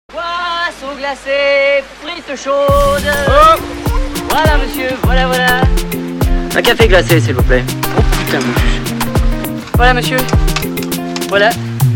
Boisson glacée, frites chaudes. Oh. Voilà monsieur, voilà. Un café glacé s'il vous plaît. Oh putain mon juge. Voilà monsieur. Voilà.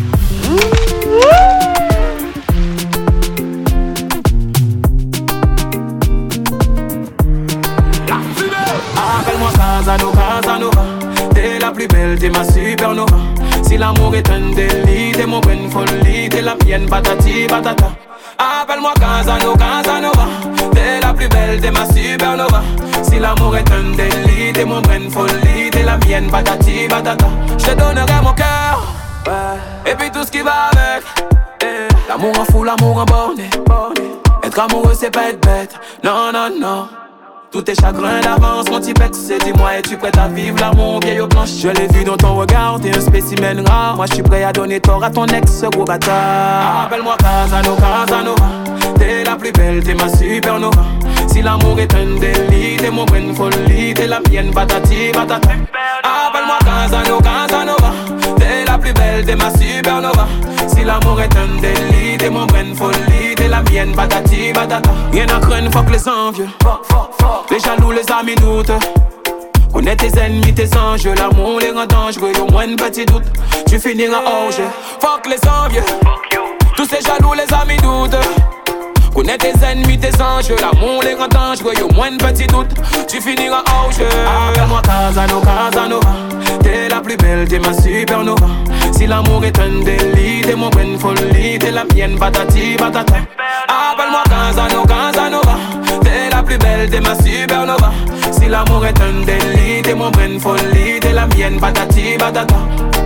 Appelle-moi Casanova, t'es la plus belle, t'es ma supernova. Si l'amour est un délit, t'es mon bonne folie, t'es la mienne patati patata. Appelle-moi Casanova, t'es la plus belle, t'es ma supernova. Si l'amour est un délit, t'es mon bonne folie, t'es la mienne patati patata. Je te donnerai mon cœur, ouais, et puis tout ce qui va avec. L'amour en fou, l'amour en borné. Être amoureux c'est pas être bête, non. Tous tes chagrins d'avance, mon petit c'est dis-moi, es-tu prête à vivre l'amour vieille aux planches? Je l'ai vu dans ton regard, t'es un spécimen rare. Moi je suis prêt à donner tort à ton ex, gros bâtard. Appelle-moi Casanova, t'es la plus belle, t'es ma supernova. Si l'amour est un délit, t'es mon bonne folie, t'es la mienne patati patata. Appelle-moi Casanova, t'es la plus belle, t'es ma supernova. Si l'amour est un délit, t'es mon bonne folie, t'es la mienne patati patata. Rien à craindre, fuck les envieux. Les jaloux, les amis doutent. Connais tes ennemis, tes enjeux. L'amour les rend dangereux, au moins un petit doute, tu finiras hors jeu. Fuck les envieux, tous ces jaloux, les amis doutent. Connais tes ennemis, tes enjeux. L'amour les rend dangereux, au moins un petit doute, tu finiras hors jeu. Appelle-moi Casanova, t'es la plus belle, t'es ma supernova. Si l'amour est un délit, t'es mon bonne folie, t'es la mienne patati patata. Appelle-moi Casanova, t'es la plus belle, t'es ma supernova. Si l'amour est un délit, t'es mon bonne folie, t'es la mienne patati patata.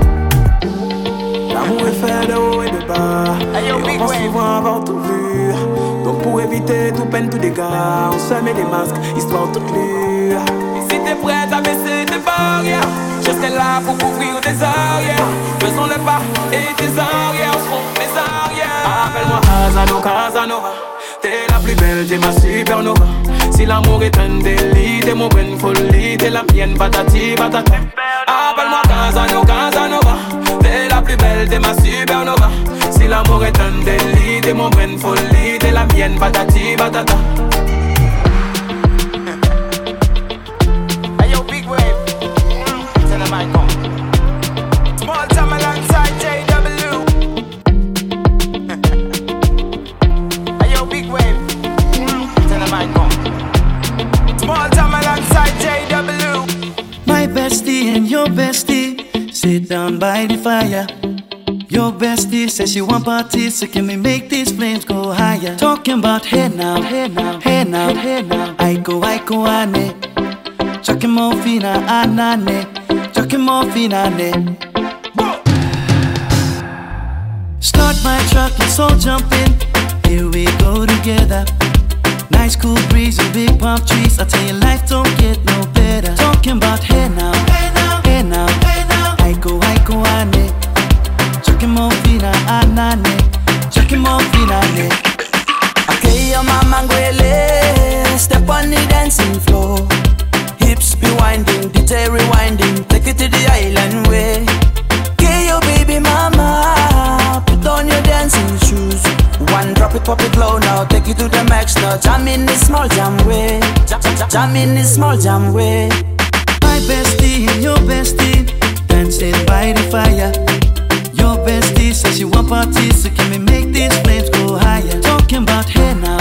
L'amour est fait de haut et de bas, et on pense souvent avoir tout vu. Donc pour éviter tout peine, tout dégât, on se met des masques, histoire toute lure. Et si t'es prête à baisser tes barrières, je serai là pour couvrir tes arrières. Faisons le pas et tes arrières seront mes arrières. Appelle-moi Casanova, t'es la plus belle, t'es ma supernova. Si l'amour est un délit, t'es mon bonne folie, t'es la mienne patati patata. Appelle-moi Casanova, t'es la plus belle, t'es ma supernova. Si l'amour est un délit, t'es mon bonne folie, t'es la mienne patati patata. Hey yo, big wave, tell them I come. Small time alongside JW. Hey yo, big wave, tell them I come. Small time alongside JW. My bestie and your bestie sit down by the fire. Your bestie says she want parties, so can we make these flames go higher? Talking about hey now, Aiko ane. Chucking more fina anane, chucking more fina ne. Start my truck, let's all jump in. Here we go together. Nice cool breeze and big palm trees. I tell you, life don't get no better. Talking about hey now, Aiko ane. Chucking more fina anane, chucking more fina ne. Okay, your mama ngwele, step on the dancing floor. Hips be winding, detail rewinding, take it to the island way. Okay, your baby mama, put on your dancing shoes. One drop it, pop it low now, take it to the max now. Jam in this small jam way, jam in this small jam way. My bestie and your bestie dancing by the fire. Your bestie says she want parties, so can we make these flames go higher? Talking about hey now,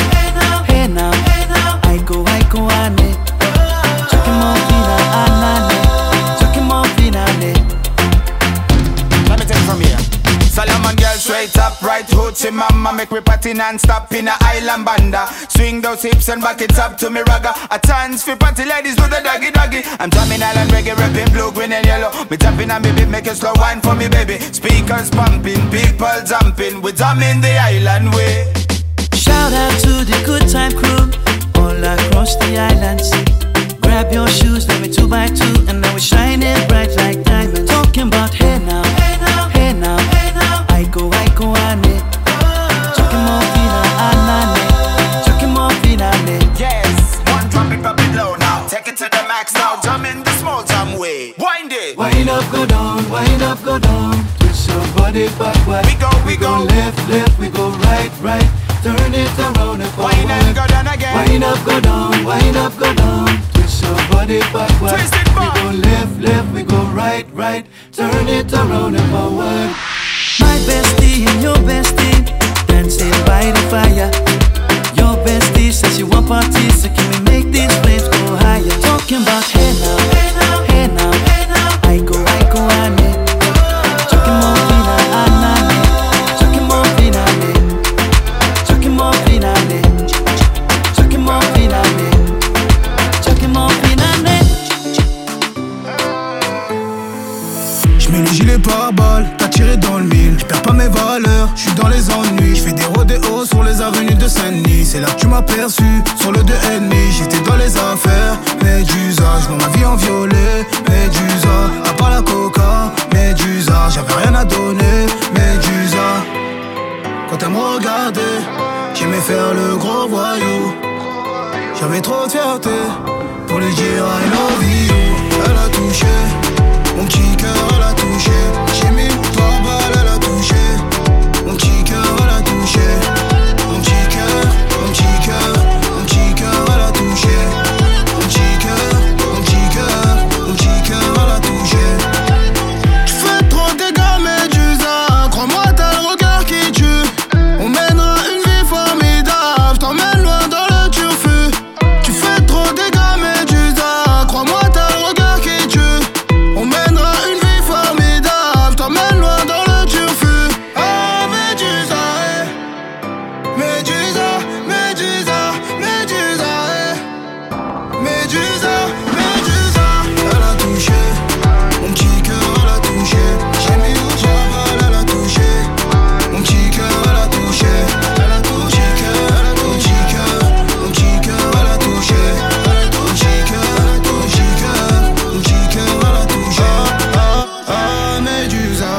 Aiko ane. Chucking more fina anane, chucking more fina ne. Let me take it from here. Solomon girl straight up, right hoochie mama. Make me party non-stop in a island banda. Swing those hips and back it up to me ragga. A chance for party ladies do the doggy doggy. I'm drumming island reggae, rapping blue, green and yellow. Me tapping on me beat, make a slow wine for me baby. Speakers pumping, people jumping. We drumming the island way. Shout out to the good time crew all across the islands. Grab your shoes, let me 2x2, and now we're shining bright like diamonds. Talking about hey now, Aiko ane. Chucking more fina anane, chucking more fina ne. Yes, one drop it, pop it low now. Take it to the max now, jump in the small jam way. Wind it. Wind up, go down, wind up, go down. Twist your body backward. We go left, we go right. go down, wind up, go down. Twist your body backward. We go left, left, we go right, right. Turn it around and forward. My bestie and your bestie dancing by the fire. Your bestie says she want parties, so can we make these flames go higher? Talking about hey now, hey now, hey now, hey now. I go, ane. Talking more fina, anane. Talking more fina, ane. Talking more fina, ane. Talking more fina, ane. Talking more fina, ane. J'mets le gilet pare-balles, t'as tiré dans le mille. J'perds pas mes valeurs, j'suis dans les ennuis. J'fais des rodéos sur les avenues de Saint-Denis. C'est là que tu m'as perçu, sur le 2,5. J'étais dans les affaires, Médusa. J'vends ma vie en violet, Médusa. À part la coca, Médusa. J'avais rien à donner, Médusa. Quand elle me regardait, j'aimais faire le gros voyou. J'avais trop de fierté pour lui dire I love you. Elle a touché mon petit cœur, elle a touché. J'ai mis 3 balles, elle a touché. Mon petit cœur, elle a touché. Mon petit cœur, mon petit cœur, mon petit cœur, elle a touché. Mon petit cœur, mon petit cœur, mon petit cœur, elle a touché. Tu fais trop de dégâts, Médusa. Crois-moi, t'as le regard qui tue. On mènera une vie formidable. T'emmène loin dans le turfu. Tu fais trop de dégâts, Médusa. Crois-moi, t'as le regard qui tue. On mènera une vie formidable, t'emmène loin dans le turfu. Ah, Médusa, Médusa, Médusa, Médusa, Médusa, Médusa. Elle a touché, mon petit cœur, elle a touché. J'ai mis 3 balles, elle a touché. Mon petit cœur, elle a touché. Elle a touché, elle a touché, mon petit cœur, elle a touché. Elle a touché, mon petit cœur, mon petit cœur, elle a touché. Ah, Médusa,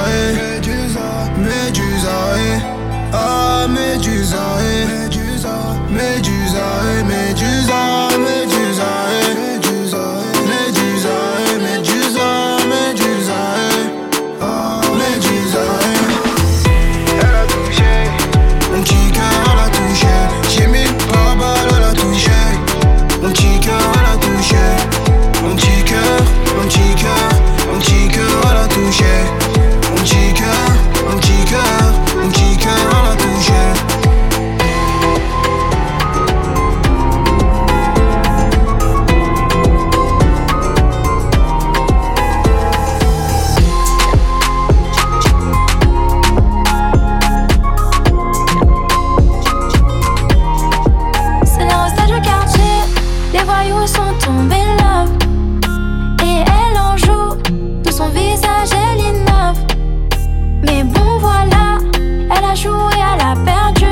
Médusa, ah, Médusa, Médusa, Médusa, Médusa, Médusa, Médusa, Médusa, Médusa, Médusa, ah, Médusa. Elle a touché, mon petit cœur, elle a touché. J'ai mis 3 balles, elle a touché. Mon petit cœur, elle a touché. Mon petit cœur, mon petit cœur, mon petit cœur, elle a touché. Mon petit cœur, mon petit cœur, mon petit cœur, elle a touché. C'est là au stade du quartier, les voyous sont tombés là. Et elle en joue, de son visage elle innove. Mais bon voilà, elle a joué, elle a perdu.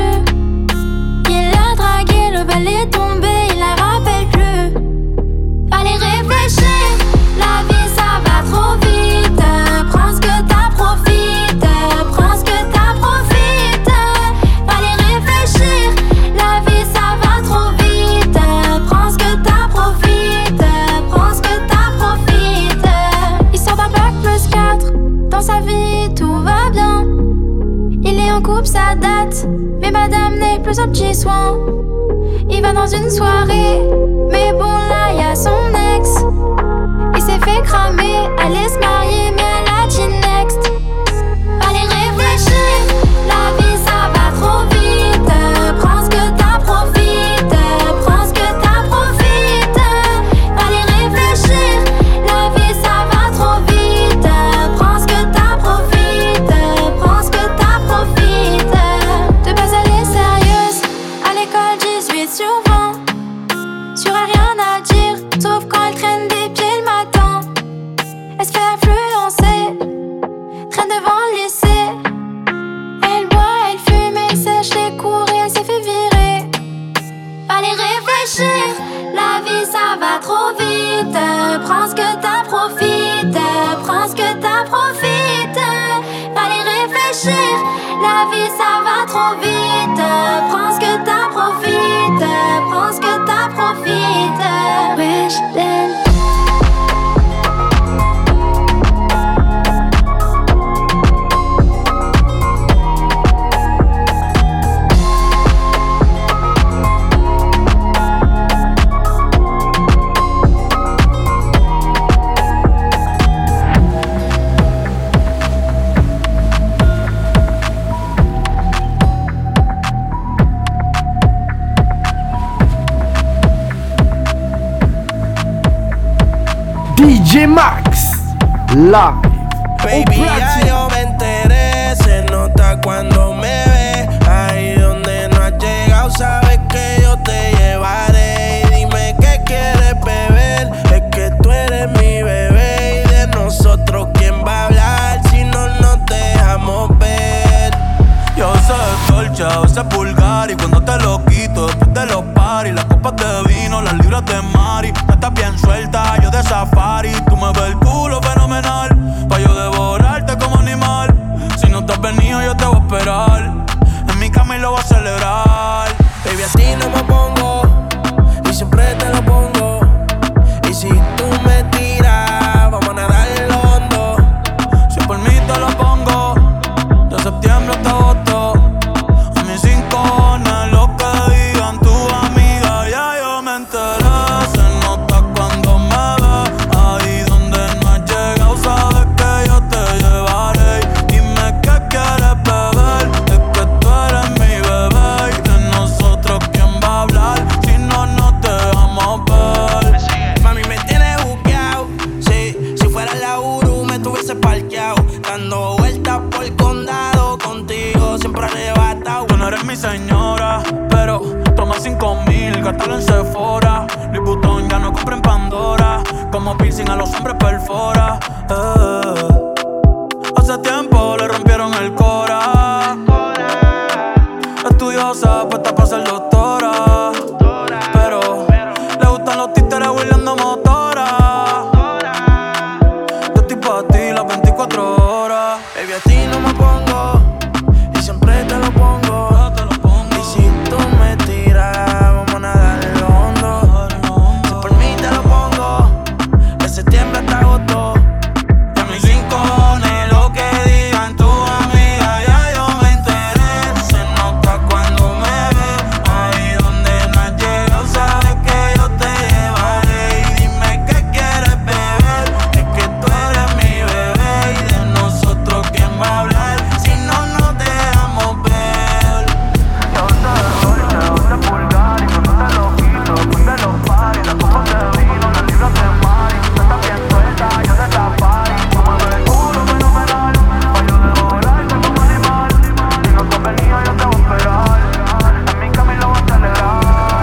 Il a dragué, le bal est tombé, il la rappelle plus. Allez réfléchir, la vie ça va trop vite. Prends ce que t'as, profite. Prends ce que t'as, profite. Allez réfléchir, la vie ça va trop vite. Prends ce que t'as, profite. Prends ce que t'as, profite. Il sort d'un bac +4, dans sa vie tout va bien. Il est en couple, ça date, mais madame n'est plus un petit soin. Il va dans une soirée, mais bon là y'a son ex. Il s'est fait cramer, allait se marier, mais elle a dit next. Allez réfléchir, la vie ça va trop vite. Prends ce que t'as, profite. Prends ce que t'as, profite. Allez réfléchir, la vie ça va trop vite. Prends ce que t'as, profite. Prends ce que t'as, profite. De base elle est sérieuse, à l'école 18 sur 20. Sur elle rien à dire, sauf quand elle traîne des pieds le matin. Elle se fait influencer, traîne devant le lycée. Elle boit, elle fume, elle sèche les cours et elle s'est fait virer. Allez réfléchir, la vie ça va trop vite. Prends ce que t'as, profite. Prends ce que t'as, profite. Allez réfléchir, la vie ça va trop vite. Prends ce que t'as, profite. Prends ce que t'as, profite. Wish then. DJ Max, live. Baby, ya yo me enteré, se nota cuando me ve. Ahí donde no has llegado, sabes que yo te llevaré. Y dime qué quieres beber, es que tú eres mi bebé. Y de nosotros, ¿quién va a hablar si no nos dejamos ver? Yo sé dolce, a veces vulgar. Y cuando te lo quito, después de los paris, las copas de vino, las libras de mari. No estás bien suelta, yo de safari. Tú me ves el culo fenomenal, pa' yo devorarte como animal. Si no te has venido, yo te voy a esperar. En mi cama y lo voy a celebrar. Baby, a ti no me pongo, y siempre te lo pongo. Y si tú me tiras, vamos a nadar en lo hondo. Si por mí te lo pongo, de septiembre hasta agosto. A mis 5 cojones, lo que digan tu amiga, ya yo me enteré. Se nota cuando me ves, ahí donde no has llegado, sabes que yo te llevaré. Dime qué quieres beber, es que tú eres mi bebé. Y de nosotros, ¿quién va a hablar si no nos dejamos ver? Mami, me tienes buqueado, sí. Si fuera la Uru, me tuviese parqueado. Dando vueltas por el condado, contigo siempre arrebatado. Tú no eres mi señora, pero toma 5,000, gástalo en Sephora. Louis Vuitton ya no compra en Pandora. Como piercing a los hombres perfora. Hace tiempo le rompieron el cora. Estudiosa, puesta para ser doctora. Pero le gustan los títeres huirleando motora. Yo estoy pa' ti las 24 horas. Baby, a ti no me pongo, y siempre te lo pongo. Y si tú me tiras, vamos a nadar en lo hondo. Si por mí te lo pongo, de septiembre hasta agosto. Y a mis 5 cojones, lo que digan tu amiga, ya yo me enteré. Se nota cuando me ves, ahí donde no has llegado, sabes que yo te llevaré. Y dime qué quieres beber, es que tú eres mi bebé. Y de nosotros, ¿quién va a hablar si no nos dejamos ver? Yo te doy, te pulgar, y cuando te lo quito, después de los paris, las copas de vino, las libras de mari. No estás bien suelta, yo de safari. Tú me ves el culo fenomenal, pa' yo devorarte como animal. Si no te has venido, yo te voy a esperar. En mi cama y lo voy a celebrar.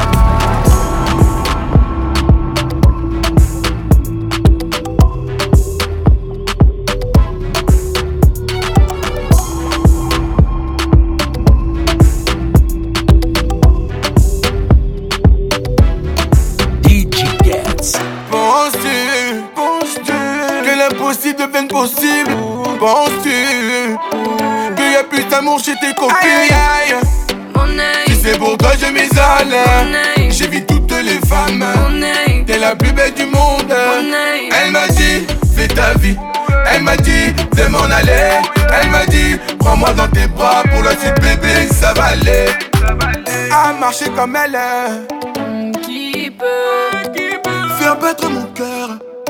Penses-tu que l'impossible devienne possible? Penses-tu qu'il y a plus d'amour chez tes copines? Aïe, aïe. Si c'est pour toi je m'isole, j'évite toutes les femmes. T'es la plus belle du monde. Elle m'a dit fais ta vie. Elle m'a dit de m'en aller. Elle m'a dit prends-moi dans tes bras. Pour la suite bébé ça va aller. À marcher comme elle est. Qui peut Faire battre mon cœur.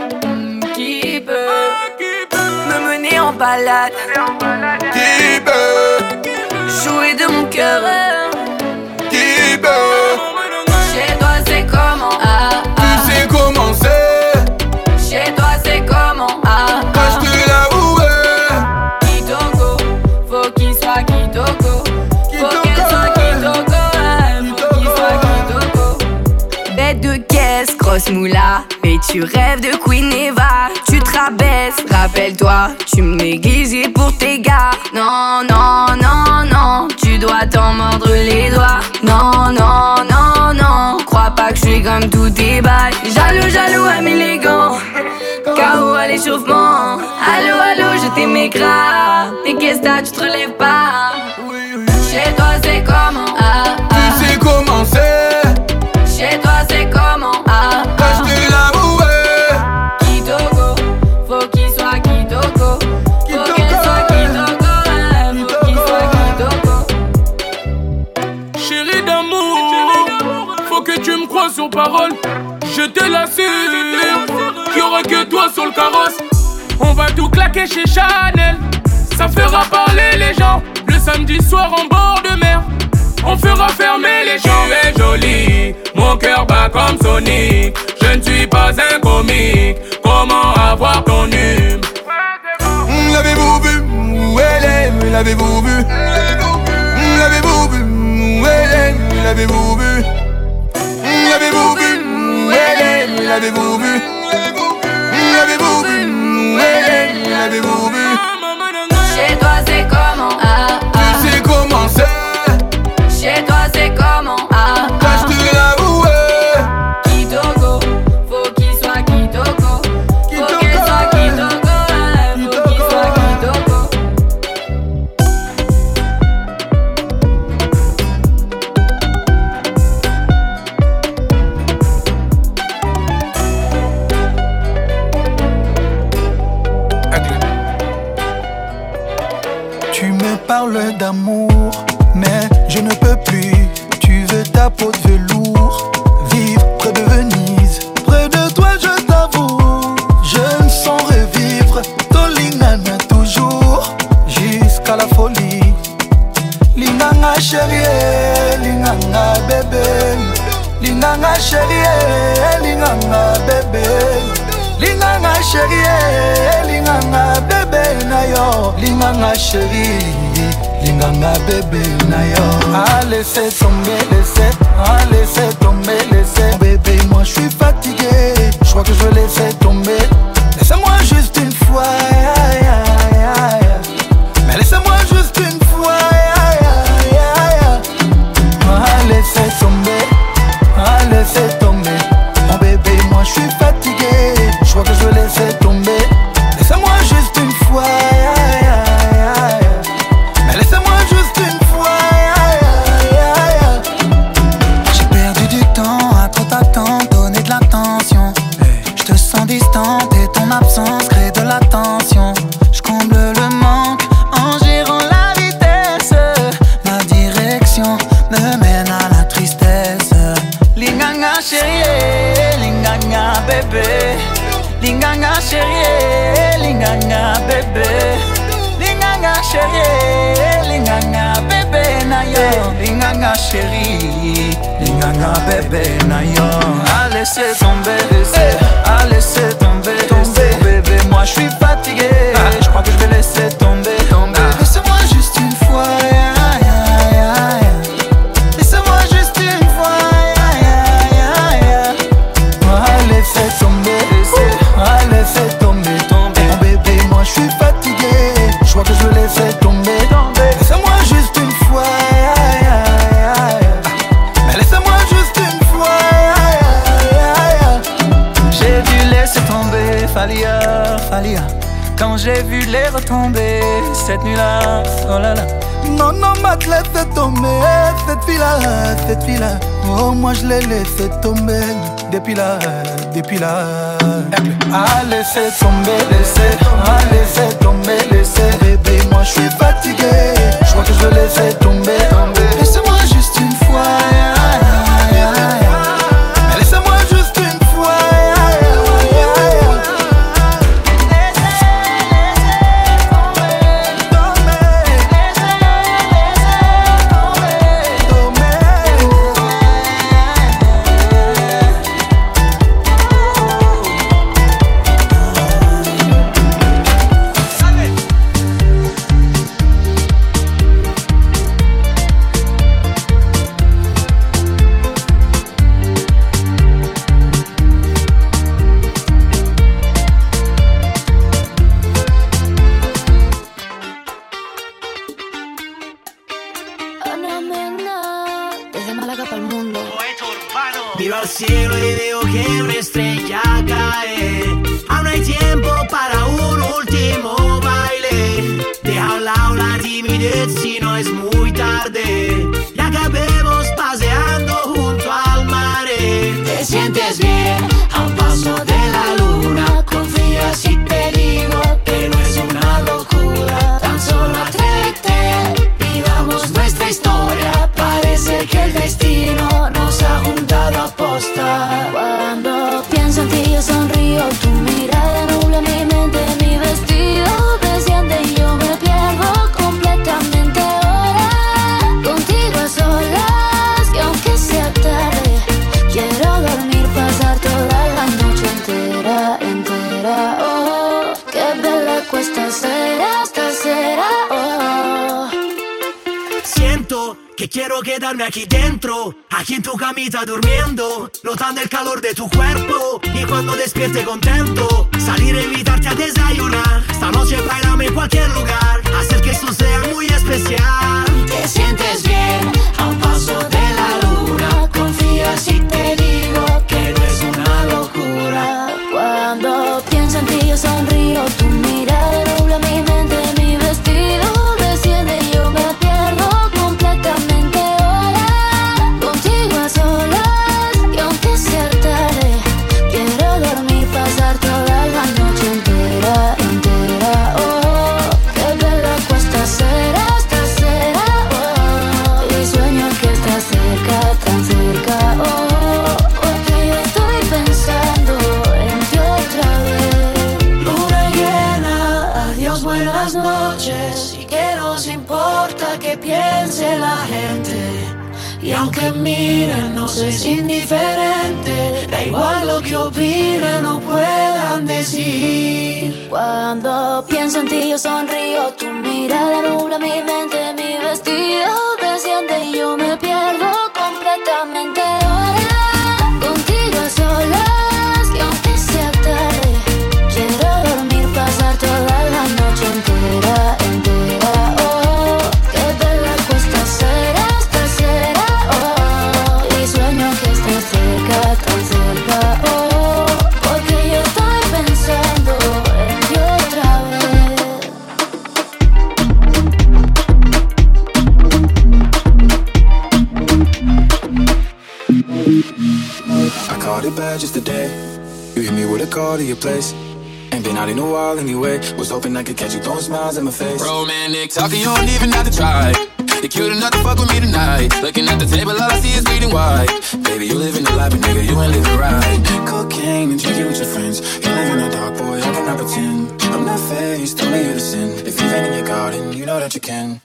Qui peut me mener en balade? Qui peut Jouer de mon cœur? Qui peut Chez toi c'est comment? Tu sais comment c'est. Chez toi c'est comment? Quand je te l'avoue. Kitoko, faut qu'il soit Kitoko. Faut qu'elle soit Kitoko, faut qu'il soit Kitoko. Bête de caisse, grosse moula, et tu rêves de Queen Eva. Tu te rabaisses, rappelle-toi, tu me négligeais pour tes gars. Non, non, non, non, tu dois t'en mordre les doigts. Non, non, non, non, crois pas que je suis comme tous tes bails. Jaloux, jaloux, à élégant, KO à l'échauffement. Allô, allô, je t'aimais grave. Mais qu'est-ce que t'as, tu te relèves pas? Chez toi c'est comment? Tu sais comment c'est. Chez toi c'est comment? Quand je te l'avoue. Kitoko, faut qu'il soit Kitoko. Faut qu'elle soit Kitoko, faut qu'il soit Kitoko. Chérie d'amour, faut que tu me crois sur parole. Je te l'assure, qu'il y aura que toi sur le carrosse. On va tout claquer chez Chanel, ça fera parler les gens. Le samedi soir en bord de mer, on fera fermer les champs. Tu es jolie, mon cœur bat comme Sonic. Je ne suis pas un comique, comment avoir ton numéro. L'avez-vous vu? Où elle est? L'avez-vous vu? L'avez-vous vu? Où elle est? L'avez-vous vu? L'avez-vous vu? Où elle est? L'avez-vous vu? L'avez-vous vu? Où elle est? L'avez-vous vu? Chez toi c'est comment? Tu sais comment c'est? Chez toi c'est comment? Quand je te l'avoue. Kitoko, faut qu'il soit Kitoko. Faut qu'il soit Kitoko, faut qu'il soit Kitoko. Tu me parles d'amour, mais je ne peux plus. Tu veux ta peau de velours, vivre près de Venise. Près de toi je t'avoue, je me sens revivre. Tolingana toujours, jusqu'à la folie. Linganga chérie, linganga bébé. Linganga chérie, linganga bébé. Linganga chérie, linganga bébé na yo. Linganga chérie, linganga bébé na yo. Ah laissez tomber, laissez tomber, laissez. Bébé moi je suis fatigué, je crois que je vais laisser tomber. Laissez-moi juste une fois, mais laissez-moi juste une fois, ah laissez tomber, laissez tomber. Mon bébé moi je suis fatigué, je crois que je vais laisser tomber. Laissez-moi juste une fois, mais laissez-moi juste une fois. J'ai perdu du temps à trop t'attendre, donner de l'attention. Je te sens distante et ton absence crée de la tension. Je comble le manque en gérant la vitesse. Ma direction me mène à la tristesse. Linganga chérie, linganga bébé. Linganga chérie, linganga bébé. Linganga chérie, linganga bébé na yo. Linganga chérie, linganga bébé na yo. Ah laissez tomber, ah laissez tomber, bébé moi je suis fatigué, je crois que je vais laisser tomber. Laissez-moi juste une fois, laissez-moi juste une fois, ah laissez tomber, laissez tomber. Mon bébé moi je suis fatigué, je crois que je vais laisser tomber. Laissez-moi juste une fois, mais laissez-moi juste une fois. J'ai dû laisser tomber, Falia. Quand j'ai vu les retombées cette nuit-là, oh là là. Non, Matt, laisse tomber cette fille-là. Oh, moi je l'ai laissé tomber depuis là. Ah, laissez tomber, laissez tomber. Bébé, moi je suis fatigué, je crois que je vais laisser tomber. Laissez-moi juste une fois, mais laissez-moi juste une fois. Miro al cielo y veo que una estrella cae. Aún hay tiempo para un último baile. Deja a un lado la timidez si no es muy tarde. Y acabemos paseando junto al mar. Te sientes bien a un paso de la luna. Confía si te digo que no es una locura. Tan solo atrévete, vivamos nuestra historia. Parece que el destino nos ha juntado a posta. Cuando pienso en ti yo sonrío, tu mirada nubla mi mente, mi vestido desciende y yo me pierdo completamente ahora. Contigo a solas y aunque sea tarde, quiero dormir, pasar toda la noche entera. quiero quedarme aquí dentro, aquí en tu camita durmiendo, notando el calor de tu cuerpo. Y cuando despierte contento, salir a invitarte a desayunar. Esta noche bailame en cualquier lugar, hacer que esto sea muy especial. Te sientes bien a un paso de la luna. Confía si te digo que no es una locura. Cuando pienso en ti yo sonrío, tu mirada nubla mi mente, mi vestido desciende y yo me pierdo completamente ahora. Contigo a solas y aunque sea tarde, quiero dormir, pasar toda la noche entera, entera. Oh, qué bella cuesta ser hasta cera. Oh, y sueño que estás cerca, tan cerca. Oh, porque yo estoy pensando en ti otra vez. Luna llena, adiós, buenas noches. Y que nos importa que piense la gente. Y aunque miren, no es indiferente. Da igual lo que opinen o puedan decir. Cuando pienso en ti yo sonrío, tu mirada nubla mi mente, mi vestido desciende y yo me pierdo completamente ahora. Contigo a solas y aunque sea tarde, quiero dormir, pasar toda la noche entera, entera. Oh, qué bella cuesta ser hasta cera. Oh, y sueño que estás cerca, tan cerca. Oh, porque yo estoy pensando en ti otra vez. I caught it bad just today. You hit me with a call to your place. Ain't been out in a while anyway. Was hoping I could catch you throwing smiles in my face. Romantic talking, you don't even have to try. You're cute enough to fuck with me tonight. Looking at the table, all I see is bleeding white. Baby, you living the life, but nigga, you ain't living right. Cocaine and drinking with your friends. You live in the dark, boy, I cannot pretend. I'm not faced, only you to sin. If you've been in your garden, you know that you can.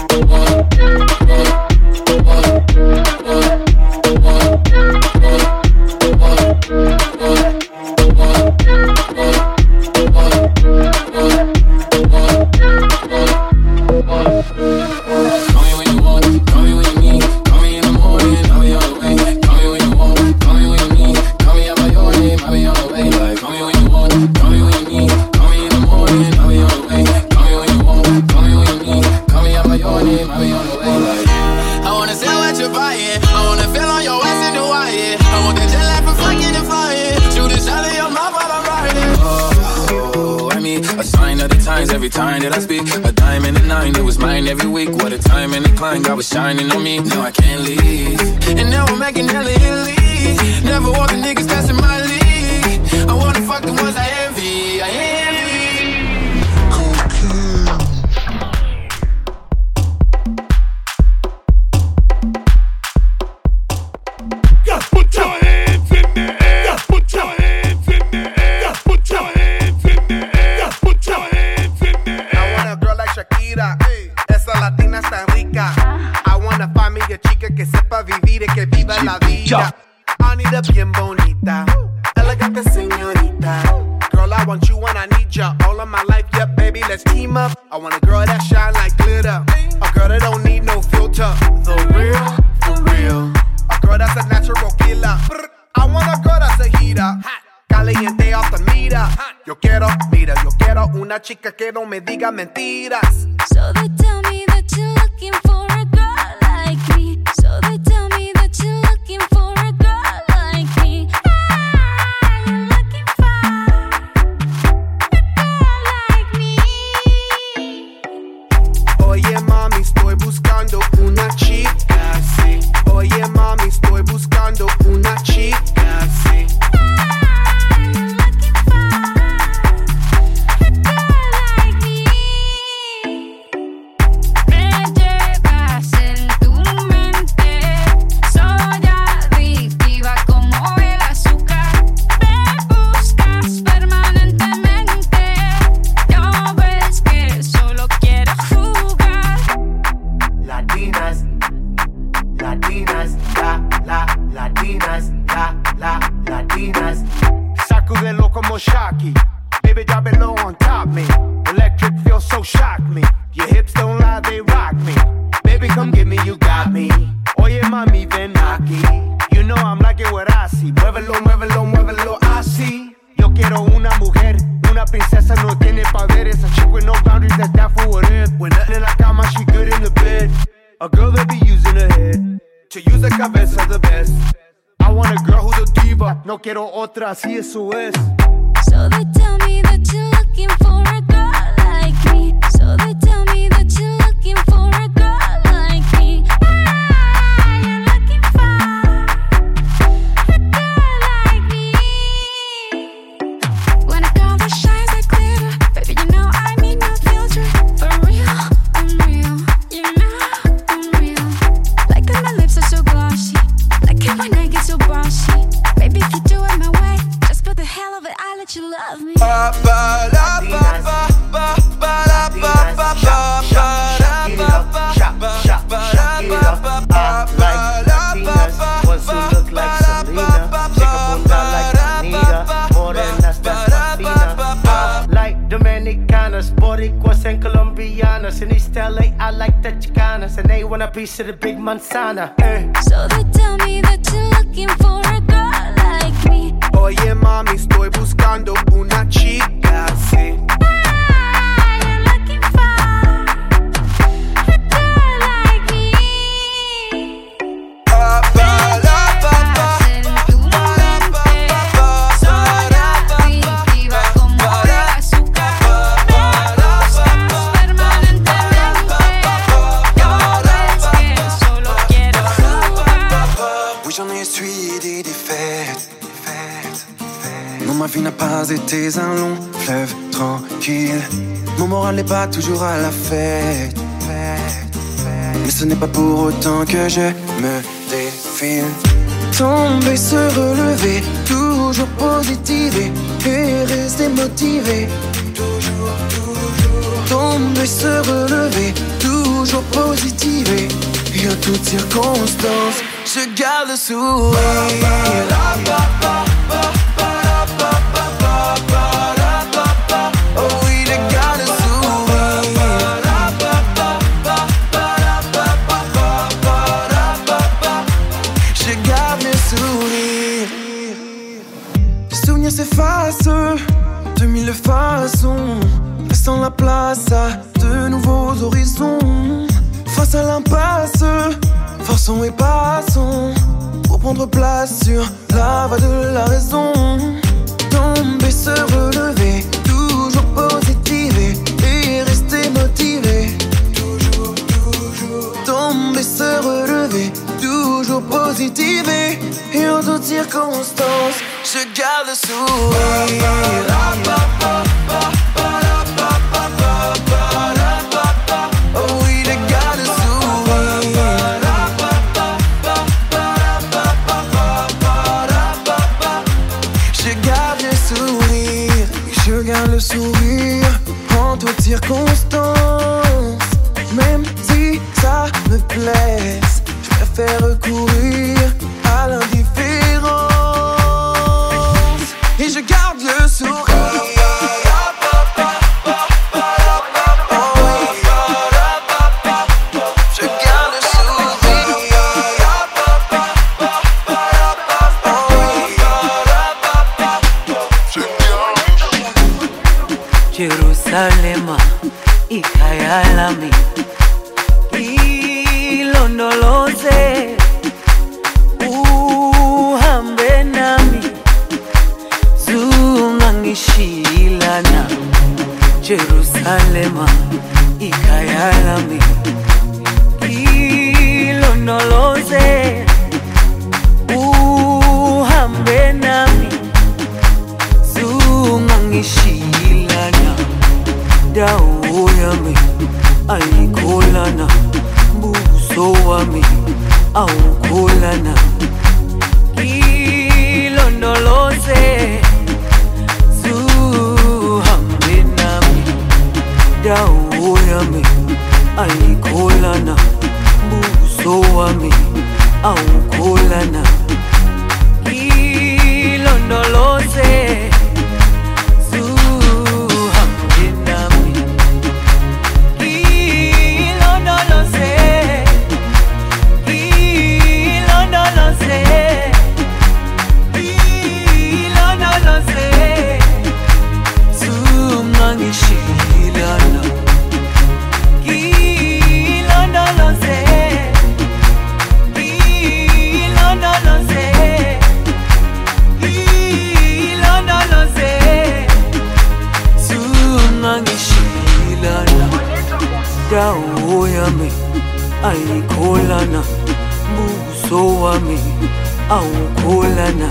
Every time that I speak, a diamond and a nine, it was mine every week. What a time and a climb, God was shining on me. Now I can't leave, and now I'm making hella Italy. Never want the niggas that's in my league. I wanna fuck the ones I envy, I envy. Yeah, put your hands in the air. Yeah, put your hands in the air. Yeah, put your hands in the air. Yeah, put your hands in the air. I want a girl like Shakira, esa latina está rica. I wanna find me a chica que sepa vivir y que viva la vida. Anita bien bonita, elegante señorita. Girl, I want you when I need ya. All of my life, yeah, baby, let's team up. I want a girl that shine like glitter, a girl that don't need no filter. The real, for real. A girl that's a natural killer. I want a girl that's a heater. Caliente off the meter. Yo quiero una chica que no me diga mentiras. So they tell me that you're looking for a girl like me. So they tell me that you're looking for a girl like me. Ah, you're looking for a girl like me. Oye mami, estoy buscando una chica, sí. Oye mami, estoy buscando una chica, sí. Sacudelo como Shocky. Baby, drop it low on top me. Electric feels so shock me. Your hips don't lie, they rock me. Baby, come give me me, you got me. Oye mami, ven aquí. You know I'm liking what I see. Muévelo, muévelo, muévelo, así. Yo quiero una mujer, una princesa, no tiene poderes. A chick with no boundaries, that's down for what it. When nothing in la cama, she good in the bed. A girl that be using her head to use the cabeza the best. I want a girl who's a diva. No quiero otra, así eso es. So they tell me that you're looking for a girl like me. So they tell me that you're looking for a girl like me. Ah, you're looking for a girl like me. When a girl that shines like glitter, baby, you know I need no filter. For real, I'm real. You know I'm real. Like that my lips are so glossy. Like it when I get so bossy. Baby, if you do it my way, just for the hell of it, I let you love me. Like Dominicanas, Boricuas and Colombianas. In East LA, I like the Chicanas, and they want a piece of the big manzana. So they tell me that you're looking for a girl like me. Oye mami, estoy buscando una chica así. Ah, you're looking for a girl like me. Ser en tu mente, sola, primitiva como el azúcar. Me buscas permanentemente. Yo es que solo quiero jugar. Oui, j'en ai essuyé des défaites. Non, ma vie n'a pas été un long fleuve tranquille. Mon moral n'est pas toujours à la fête. Mais ce n'est pas pour autant que je me défile. Tomber, se relever, toujours positiver et rester motivé. Toujours. Tomber, se relever, toujours positiver. Et en toutes circonstances, je garde le sourire. Oh oui, je garde le sourire. Je garde le sourire. Les souvenirs s'effacent de mille façons, laissant la place à de nouveaux horizons. Face à l'impasse, forçons et passons pour prendre place sur la voie de la raison. Tomber, se relever, toujours positiver et rester motivé. Toujours. Tomber, se relever, toujours positiver et en toutes circonstances, je garde le sourire. Oh oui, je garde le sourire. Je garde le sourire. Je garde le sourire en toutes circonstances. Même si ça me blesse, je préfère recourir à l'indifférence. Et je garde le sourire. Jerusalema ikhaya lami ilondoloze uhambe nami zungangishilana. Jerusalema ikhaya lami ilondoloze uhambe nami zungangishilana. Dawo yami ayikholana, buso wami awukholana. Ilondoloze zuhambe nami. Dawo yami ayikholana, buso wami awukholana. Ilondoloze ayikholana buso wami awukholana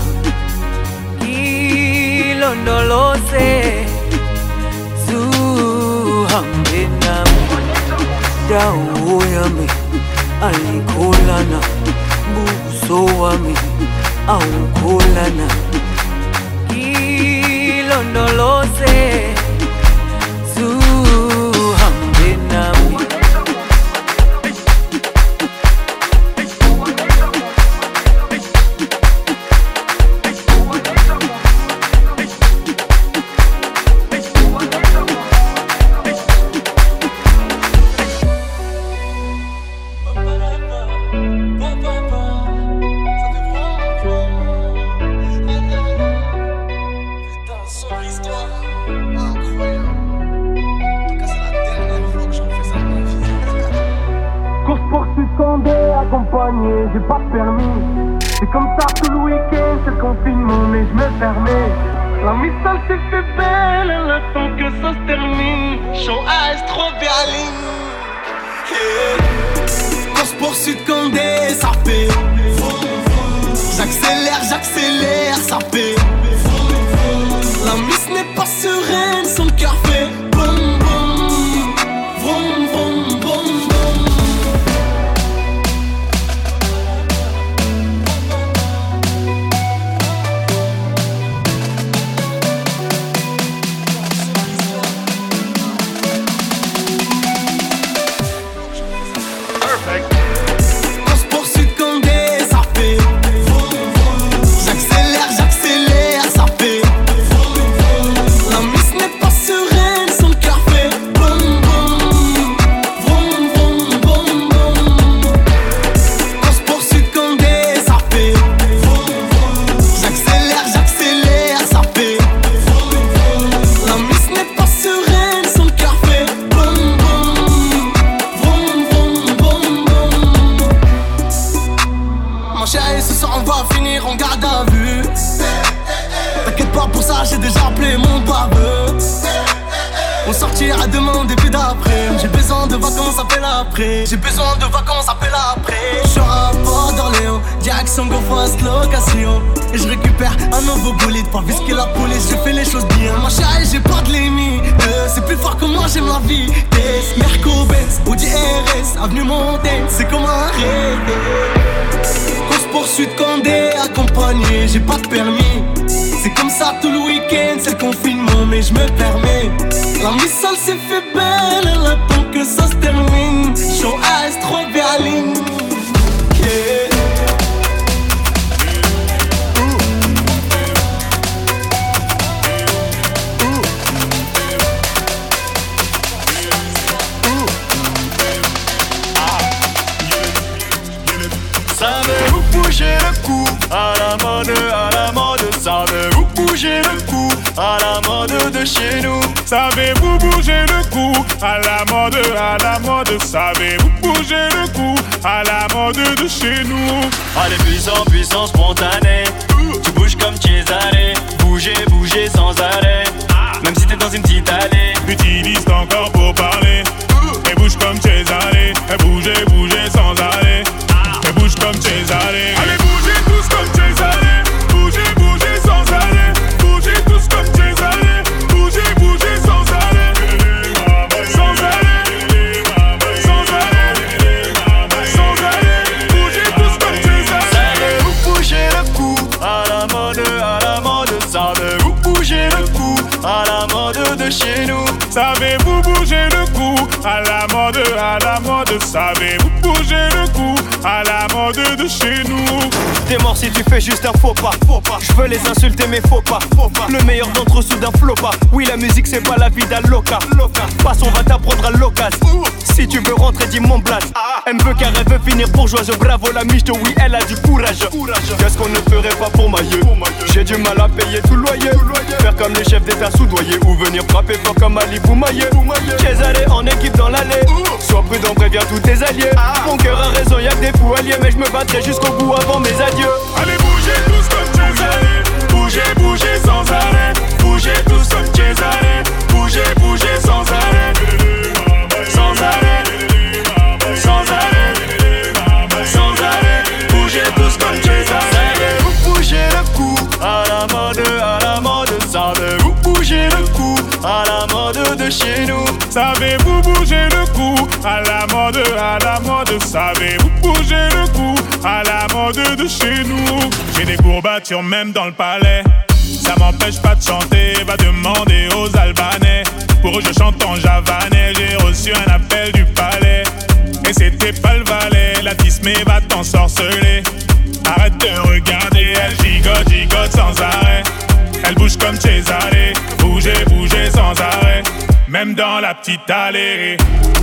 ilondoloze zuhambe nami dawo yami ayikholana buso wami awukholana ilondoloze zuhambe nami J'ai pas permis, c'est comme ça tout le week-end, c'est le confinement, mais je me permets. La missale s'est fait belle, elle attend que ça se termine. Show AS trop Berlin. Course poursuite Condé, ça fait. J'accélère, ça fait. La miss n'est pas sereine, son cœur fait boum boum, vroom vroom boum boum. J'accélère, ça fait. La miss n'est pas sereine, son cœur fait boum boum, vroom vroom boum boum. Course poursuite Condé, ça fait. J'accélère, ça fait. La miss n'est pas sereine, son cœur fait boum boum, vroom vroom boum boum. Mon chéri, ce soir on va finir en garde à vue. T'inquiète pas pour ça, j'ai déjà appelé mon baveux. On sortira demain au début d'après. J'ai besoin de vacances, appelle après. Je suis à Port d'Orléans, direction Go Fast location. Et je récupère un nouveau bolide, pas visquer la police, je fais les choses bien. Ma chérie, j'ai pas de limite, c'est plus fort que moi, j'aime la vie. Merco Benz, Audi RS, avenue Montaigne, c'est comme un rêve. Course poursuite Condé, accompagné, j'ai pas de permis. C'est comme ça tout le week-end, c'est le confinement, mais je me permets. La missale s'est fait belle, elle attend que ça se termine. Show AS trop Berlin. Yeah. Savez-vous bouger le cou à la mode, savez-vous bouger le cou à la mode de chez nous? Savez-vous bouger le cou à la mode, savez-vous bouger le cou à la mode de chez nous? Allez, puissant, spontané. Tu bouges comme Cesare. Bouger sans arrêt. Même si t'es dans une petite allée. Utilise ton corps pour parler. Et bouge comme Cesare. Et bouger sans arrêt. Et bouge comme Cesare. Allez, bougez tous comme Cesare. Bougez sans arrêt. Bougez tous comme Cesare. Bougez sans arrêt. Sans arrêt. Bougez tous comme Cesare. Savez-vous bouger le cou à la mode, savez-vous bouger le cou à la mode de chez nous? Savez-vous bouger le cou à la mode, savez-vous bouger le cou à la mode de chez nous? T'es mort si tu fais juste un faux pas. Je veux les insulter mais faut pas. Le meilleur d'entre eux soudain flot pas. Oui, la musique c'est pas la vie d'un loca. Passe, on va t'apprendre à l'occasion. Si tu veux rentrer, dis mon blase. Elle me veut car elle veut finir bourgeoise. Bravo la miche, oui elle a du courage. Qu'est-ce qu'on ne ferait pas pour Mailleux? J'ai du mal à payer tout le loyer. Faire comme les chefs d'état soudoyés ou venir frapper fort comme Ali Boumaillé. Cesare en équipe dans l'allée. Sois prudent, préviens tous tes alliés. Mon cœur a raison, y'a que des fous alliés. Mais je me battrai jusqu'au bout avant mes adieux. Allez, bougez tous comme Cesare. Bougez sans arrêt. Bougez tous comme Cesare. Bougez sans arrêt. Sans arrêt. Savez-vous bouger le cou à la mode, savez-vous bouger le cou à la mode de chez nous. J'ai des courbatures même dans le palais, ça m'empêche pas de chanter, va demander aux Albanais. Pour eux je chante en javanais, j'ai reçu un appel du palais. Et c'était pas le valet, la tismée va t'ensorceler. Arrête de regarder, elle gigote, gigote sans arrêt. Elle bouge comme Cesare, bouger, bouger sans arrêt. Même dans la petite allée.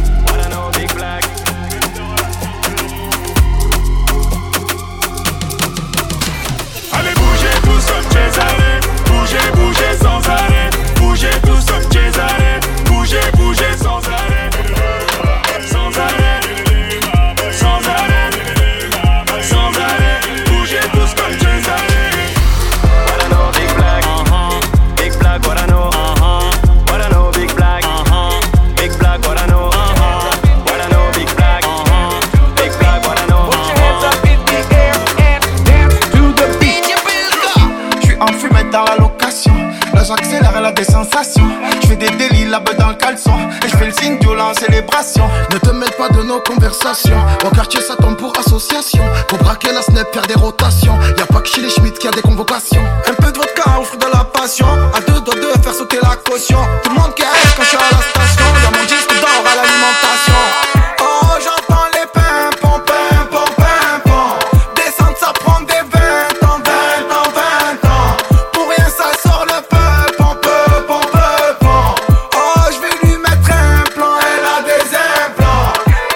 Allez bougez tous comme Cesare, bougez, bougez sans arrêt. Bougez tous comme Cesare, bougez, bougez sans arrêt. Sans arrêt, sans arrêt, sans arrêt. Bougez tous comme Cesare. What I know, big black, big black, what I know, what I know, big black, big black, what I know, what I know, big black, big black, what I know. Put your hands up in the air and dance to the beat. J'suis en fumette dans la location, là j'accélère, elle a des sensations. J'fais des délits là-bas dans le caleçon, et j'fais le signe violent en célébration. Ne te mêle pas de nos conversations. Au quartier ça tombe pour association. Pour braquer la snap, faire des rotations. Y'a pas que chez les Schmitt qui a des convocations. Un peu de vodka au fruit de la passion. À deux doigts de faire sauter la caution. Tout le monde qui arrive quand je suis à la station. Y'a mon disque d'or à l'alimentation. Oh j'entends les pimpons, pimpons, pimpons. Descendre ça prend des 20 ans, 20 ans, 20 ans. Pour rien ça sort le peupon, peupon, peupon. Oh je vais lui mettre un plan, elle a des implants.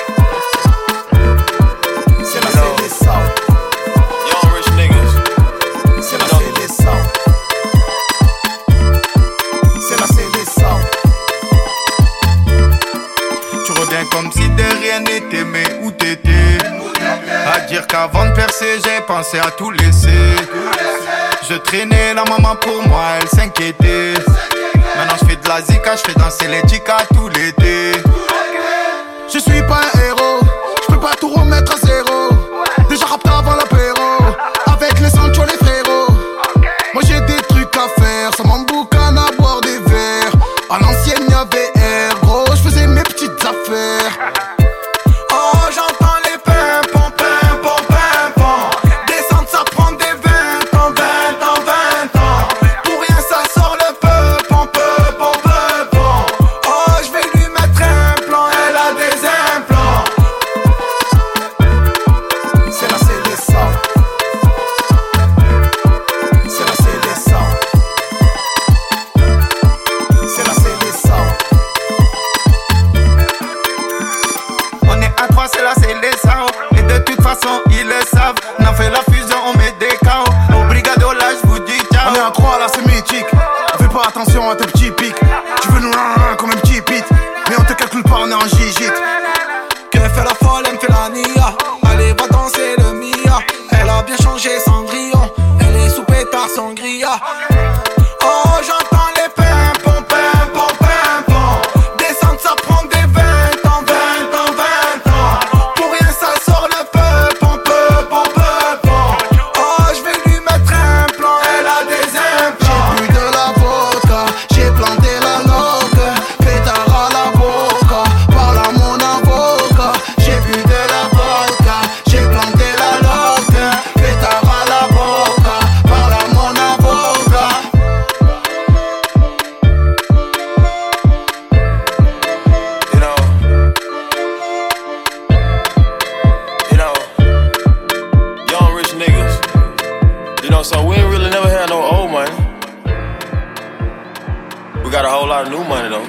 C'est la CDSA. Young rich niggas. C'est la CDSA. C'est la CDSA. Tu reviens comme si de rien n'était, mais où t'étais? À dire qu'avant de percer, j'ai pensé à tout laisser. Je traînais la maman pour moi, elle s'inquiétait. Maintenant je fais de la zika, je fais danser les chicas tout l'été. Je suis pas un héros, je peux pas tout remettre à zéro. Déjà rapte avant l'apéro, avec les Sancho les frérots. Moi j'ai des trucs à faire, ça m'emboucane à boire des verres. À l'ancienne y'avait air, gros, je faisais mes petites affaires. Oh j'entends les pimpons, pimpons, pimpons. Descendre ça prend des 20 ans, 20 ans, 20 ans. Pour rien ça sort le peupon, peupon, peupon. Oh je vais lui mettre un plan, elle a des implants. C'est la CDSA. C'est la CDSA. C'est la CDSA. On est à 3, c'est la CDSA. Et de toute façon, ils le savent. On a fait la fusion, on met des chaos. Au brigado, là, je vous dis ciao. On est à 3 là, c'est mythique. Fais pas attention à tes petits pics. Tu veux nous comme un petit pit, mais on te calcule pas, on est en gigite. Que fait la folle, elle me fait la nia. Allez, va danser le Mia. Elle a bien changé Cendrillon. Elle est sous pétard Sangria. Oh, j'entends les pimpons, pimpons, pimpons. Descendre, ça prend des 20 ans, 20 ans, 20 ans. Pour rien, ça sort le peupon, peupon, peupon. Oh, je vais lui mettre un plan, elle a des implants. J'ai bu de la vodka, j'ai planté la loque. Pétard à la boca, parle à mon avocat. J'ai bu de la vodka, j'ai planté la loque. Pétard à la boca, parle à mon avocat. You know, young rich niggas. You know, so we ain't really never had no old money. We got a whole lot of new money though.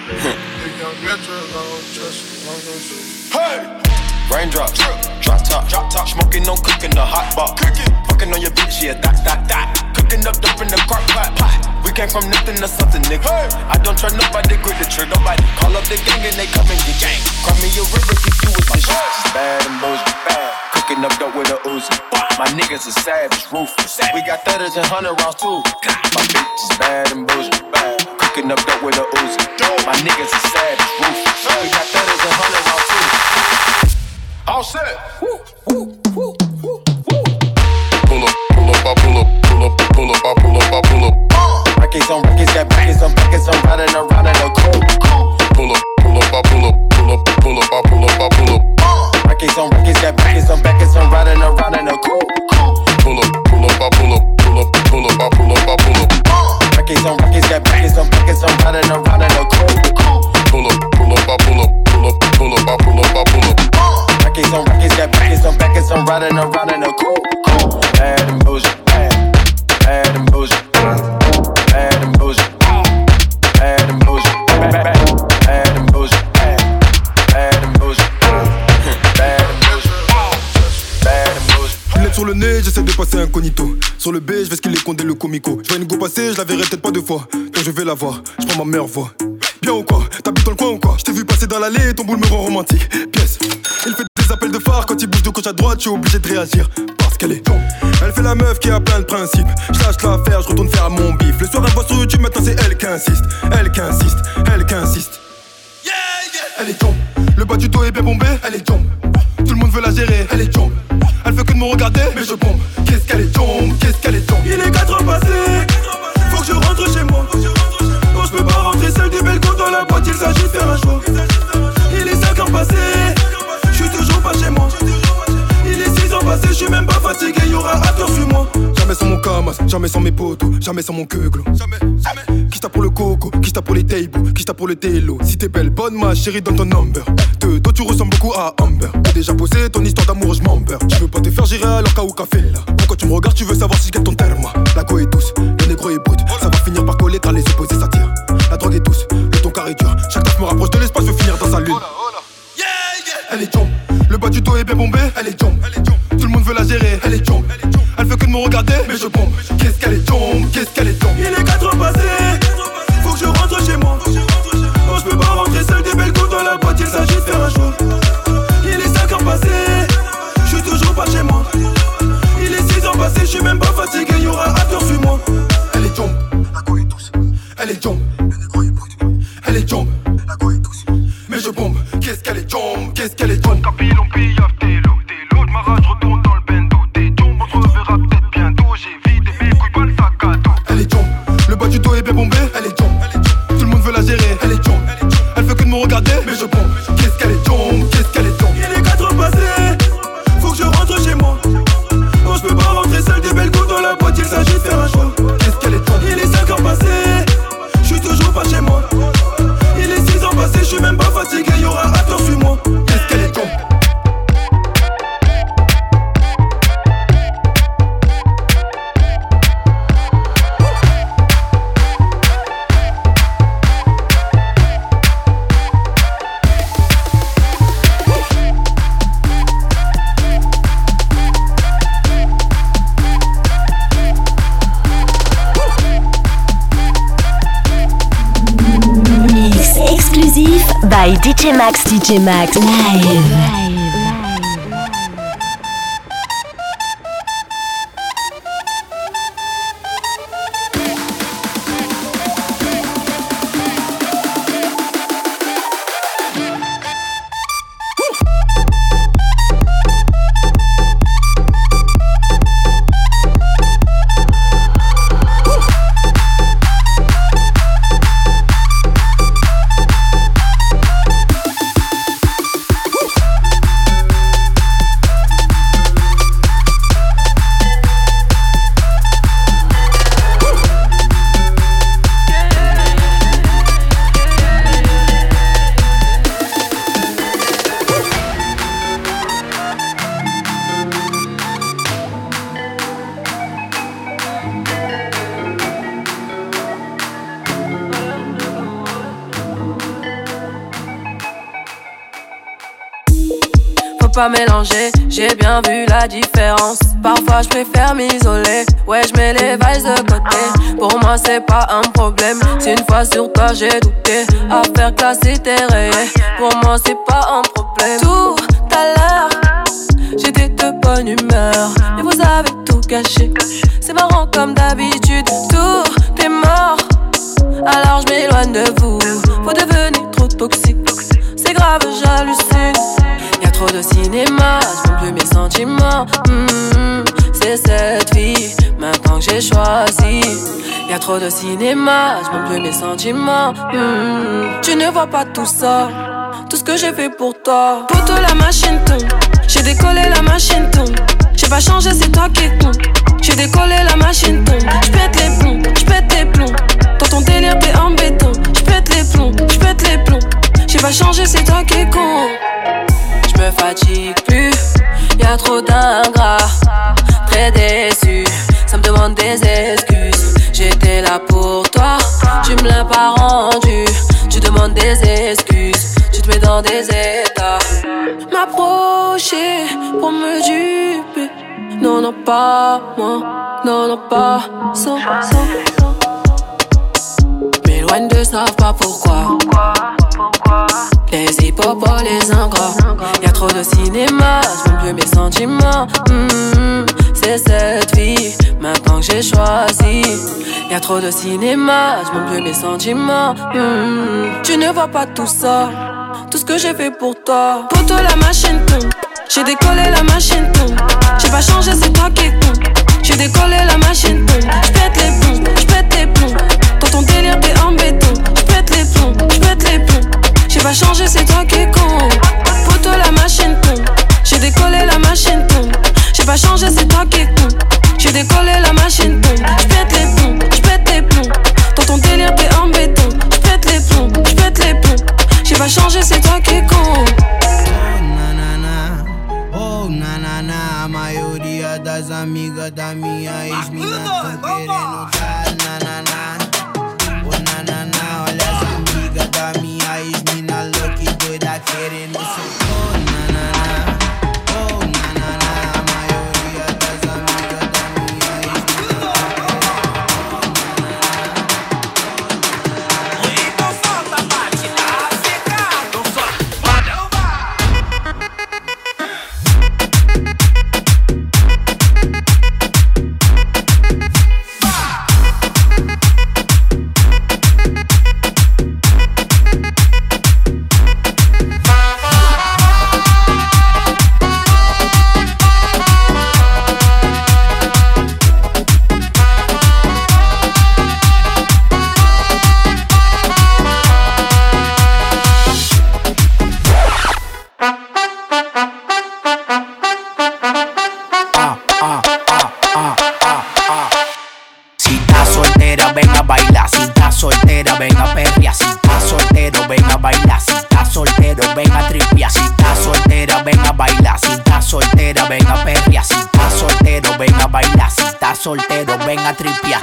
Hey! Raindrops, drop top, smoking on cooking the hot pot. Fucking on your bitch, yeah, that. Cooking up dope in the crock pot. We came from nothing to something, nigga. I don't try nobody, grip the trigger. Nobody call up the gang and they come and get gang. Cry me a river if you was the shit. Bad and bullshit, bad. Cooking up dope with a Uzi. My niggas are savage, ruthless. We got 30s and 100 rounds too. My bitch is bad and bullshit, bad. Cooking up dope with a Uzi. My niggas are savage, ruthless. We got 30s and 100 rounds too. All set. Pull up, I pull up, pull up, pull up, I pull up, I pull up. Records on records, got records on records, I'm riding around in a coupe. Pull up, de passer incognito. Sur le B, je vais skiller condé le comico. Je vois une go passer, je la verrai peut-être pas deux fois. Donc je vais la voir, je prends ma meilleure voix. Bien ou quoi? T'habites dans le coin ou quoi? Je t'ai vu passer dans l'allée, ton boule me rend romantique. Pièce, il fait des appels de phare. Quand il bouge de gauche à droite, je suis obligé de réagir. Parce qu'elle est tombe. Elle fait la meuf qui a plein de principes. Je lâche l'affaire, je retourne faire mon bif. Le soir elle voit sur YouTube, maintenant c'est elle qui insiste. Elle qui insiste, elle qui insiste. Yeah, yeah. Elle est tombe. Le bas du dos est bien bombé, elle est tombe. Tout le monde veut la gérer, elle est tombe. Elle fait que de me regarder, mais je bombe. Qu'est-ce qu'elle est tombe, qu'est-ce qu'elle est tombe. Il est 4 ans passés, faut que je rentre chez moi. Non, je peux pas rentrer seul du belgo dans la boîte, il s'agit de faire un choix. Il est 5 ans passés, je suis toujours pas chez moi. Il est 6 ans passés, je suis même pas fatigué, y'aura attends, suis-moi. Jamais sans mon camas, jamais sans mes potos, jamais sans mon queuglo. Qui t'a pour le coco, qui t'a pour les tables, qui t'a pour le télo. Si t'es belle, bonne ma chérie, donne ton number. De dos tu ressembles beaucoup à Amber. T'as déjà posé ton histoire d'amour, je m'embeurre. Tu veux pas te faire gérer alors qu'à ou café là. Pourquoi tu me regardes, tu veux savoir si je gagne ton terme. La go est douce, le négro est brut. Ça va finir par coller car les opposés s'attirent. La drogue est douce, le ton carré dur. Chaque taf me rapproche de l'espace, je veux finir dans sa lune. Elle est tombe, le bas du dos est bien bombé, elle est tombe. Tout le monde veut la gérer, elle est tombe. Elle fait que de me regarder, mais je bombe. Qu'est-ce qu'elle est tombe, qu'est-ce qu'elle est tombe. Il est 4 ans passés, faut que je rentre chez moi. Non, je peux pas rentrer seul des belles go dans la boîte, il s'agit de faire un choix. Il est 5 ans passés, je suis toujours pas chez moi. Il est 6 ans passés, je suis même pas fatigué, y'aura attends, suis-moi. Elle est tombe, la go est douce. Elle est tombe, le négro est brut. Elle est tombe, la go est douce. Mais je bombe, qu'est-ce qu'elle est tombe, qu'est-ce qu'elle est tombe. Capilon, pillaf, t'es l'eau de ma rage, retourne dans le bendo. T'es tombe, on se reverra peut-être bientôt. J'ai vidé mes couilles, pas le sac à dos. Elle est tombe, le bas du dos est bien bombé, elle est tombe. Tout le monde veut la gérer, elle est tombe. Elle fait que de me regarder, mais je bombe. Qu'est-ce qu'elle est tombe, qu'est-ce qu'elle est tombe. Il est 4 ans passés, faut que je rentre chez moi. Non, je peux pas rentrer seul des belles go dans la boîte, il s'agit de faire un choix. Qu'est-ce qu'elle est tombe. Il est 5 ans passés, je suis toujours pas chez moi. Il est 6 ans passés, je suis même pas fatigué, y'aura attends, suis-moi. Qu'est-ce qu'elle est tombe. Exclusif by DJ Max Live. Pas mélanger, j'ai bien vu la différence. Parfois je préfère m'isoler, ouais je mets les vibes de côté. Pour moi c'est pas un problème, si une fois sur toi j'ai douté. Affaire classée t'es rayé, pour moi c'est pas un problème. Tout à l'heure, j'étais de bonne humeur, mais vous avez tout gâché. C'est marrant comme d'habitude, tout est mort. Alors je m'éloigne de vous, faut devenir trop toxique. C'est grave, j'hallucine. Y'a trop de cinéma, je montre plus mes sentiments. C'est cette fille, maintenant que j'ai choisi. Y'a trop de cinéma, je montre plus mes sentiments. Tu ne vois pas tout ça, tout ce que j'ai fait pour toi. Poto la machine tombe, j'ai décollé la machine tombe. J'ai pas changé, c'est toi qui es con. J'ai décollé la machine tombe, j'pète les plombs, j'pète les plombs. Dans ton délire t'es embêtant, j'pète les plombs, j'pète les plombs. J'ai pas changé, c'est toi qui es con. Me fatigue plus, y'a trop d'ingrats. Très déçu, ça me demande des excuses. J'étais là pour toi, tu me l'as pas rendu. Tu demandes des excuses, tu te mets dans des états. M'approcher pour me duper, Non, non, pas moi. Non, non, pas ça. Mais loin d'eux savent pas pourquoi. Les hip-hop, les ingrats. Y'a trop de cinéma, j'aime plus mes sentiments. C'est cette vie, maintenant que j'ai choisi. Y'a trop de cinéma, j'aime plus mes sentiments. Tu ne vois pas tout ça, tout ce que j'ai fait pour toi. Pour toi la machine tourne, j'ai décollé la machine tourne. J'ai pas changé, c'est toi qui compte. J'ai décollé la machine tourne. J'pète les plombs, j'pète les plombs. Dans ton délire t'es en béton. J'pète les plombs, j'pète les plombs. J'ai pas changé, c'est toi qui compte. Pour toi la machine tourne, j'ai décollé la machine tourne. J'ai pas changé, c'est toi qui compte. J'ai décollé la machine tourne. J'pète les plombs, j'pète les plombs. Dans ton délire t'es en béton. J'pète les plombs, j'pète les plombs. J'ai pas changé, c'est toi qui compte. Oh na na na, a maioria das amigas da minha ex-mina tão querendo dar na na na. Oh na na na, olha as amigas da minha ex-mina louca e doida querendo ser. Oh na na na, oh na na na, a maioria das amigas da minha ex-mina tão querendo. Então solta a parte da seca, então solta, então vai. Soltero, ven a tripear.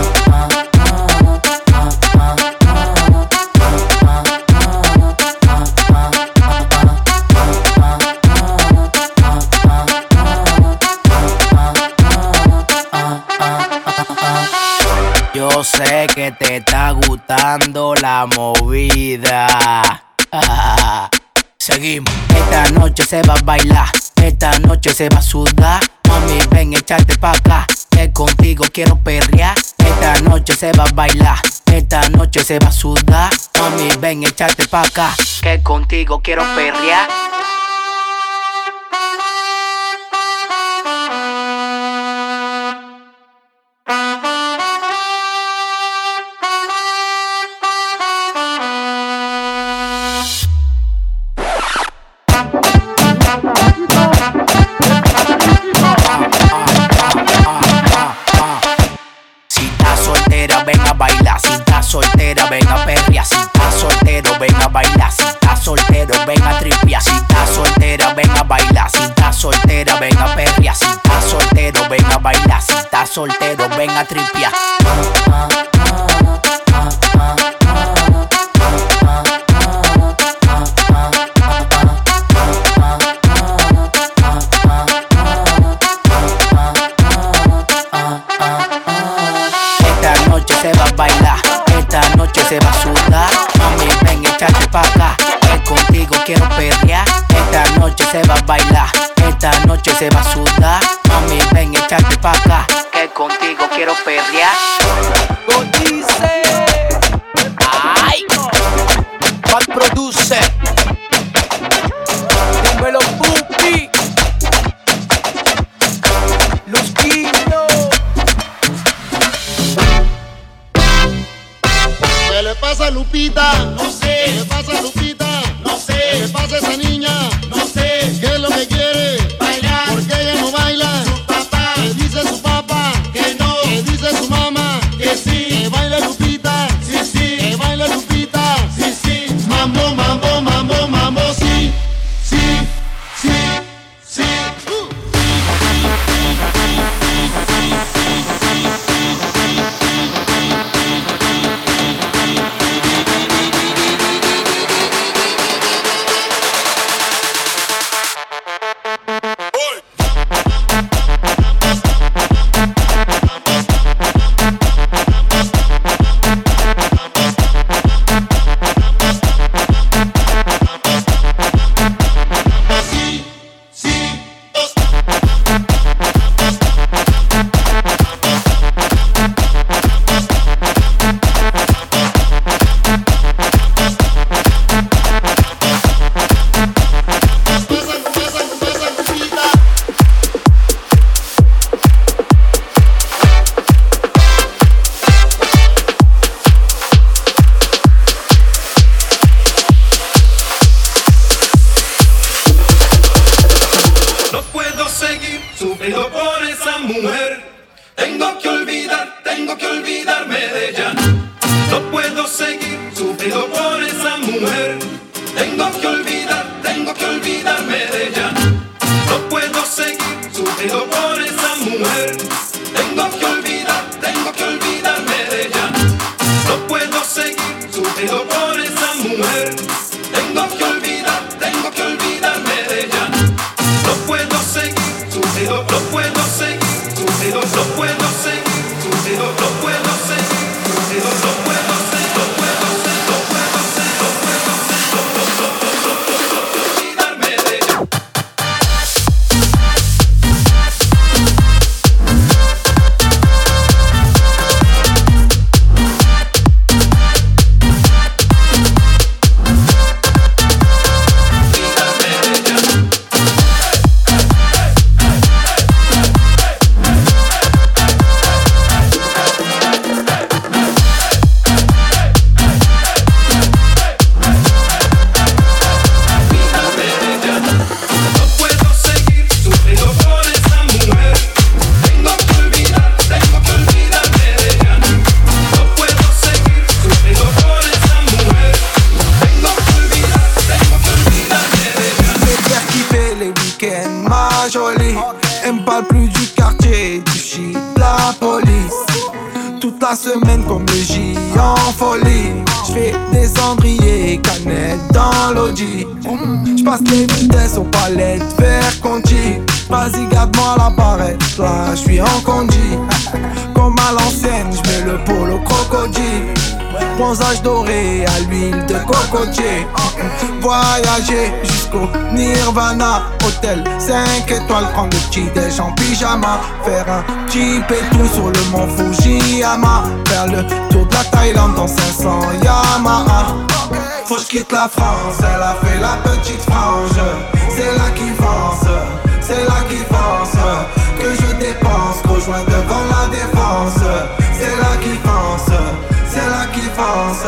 Yo sé que te está gustando la movida. Seguimos. Esta noche se va a bailar, esta noche se va a sudar. Mami, ven, échate pa' acá, que contigo quiero perrear. Esta noche se va a bailar, esta noche se va a sudar. Mami, ven, échate pa' acá, que contigo quiero perrear. Soltera, ven a perrear. Si estás soltero, ven a bailar. Si estás soltero, ven a tripear. Si estás soltera, ven a bailar. Si estás soltera, ven a perrear. Si estás soltero, ven a bailar. Si estás soltero, ven a tripear. Esta noche se va a bailar, esta noche se va a sudar. Mami, ven, échate pa' acá, que contigo quiero perrear. Esta noche se va a bailar, esta noche se va a sudar. Mami, ven, échate pa' acá, que contigo quiero perrear. Lo dice, ay, Bad Producer, dímelo Pupi, Los Guiños. ¿Qué le pasa a Lupita? No sé. ¿Qué le pasa a Lupita? No sé. ¿Qué le pasa a esa niña? No sé. ¿Qué es lo que quiere? Bailar. ¿Por qué ella no baila? Su papá. ¿Qué dice su papá? Que no. ¿Qué dice su mamá? Que sí. Que baile Lupita. Sí, sí. Que baile Lupita. Sí, sí. Mambo, mambo, mambo, mambo, sí. Sí, sí, sí. Tengo que olvidarme de ella. No puedo seguir sufriendo por esa mujer. Tengo que olvidarme de ella. No puedo seguir sufriendo por esa mujer. Tengo que olvidarme de ella. No puedo seguir sufriendo por esa mujer. Tengo que olvidarme de ella. No puedo seguir sufriendo, no puedo seguir sufriendo, no puedo seguir sufriendo, no puedo seguir sufriendo, no puedo seguir, no puedo seguir, no puedo seguir, no puedo seguir, olvidarme de ella. Elle me parle plus du quartier, du shit, la police. Toute la semaine comme le J en folie. J'fais des cendriers, cannelle dans l'audi. J'passe les vitesses aux palettes, vers Conti. Vas-y garde-moi la barrette, là j'suis en condi. Comme à l'ancienne, j'mets le polo crocodile. Bronzage doré à l'huile de cocotier. Voyager jusqu'au Nirvana. Hôtel 5 étoiles, prendre le petit déj en pyjama. Faire un petit pétou sur le mont Fujiyama. Faire le tour de la Thaïlande dans 500 Yamaha. Faut que j'quitte la France, elle a fait la petite frange. C'est là qui fonce, c'est là qui fonce. Que je dépense, rejoins devant la défense. C'est là qui fonce, c'est là qui fonce.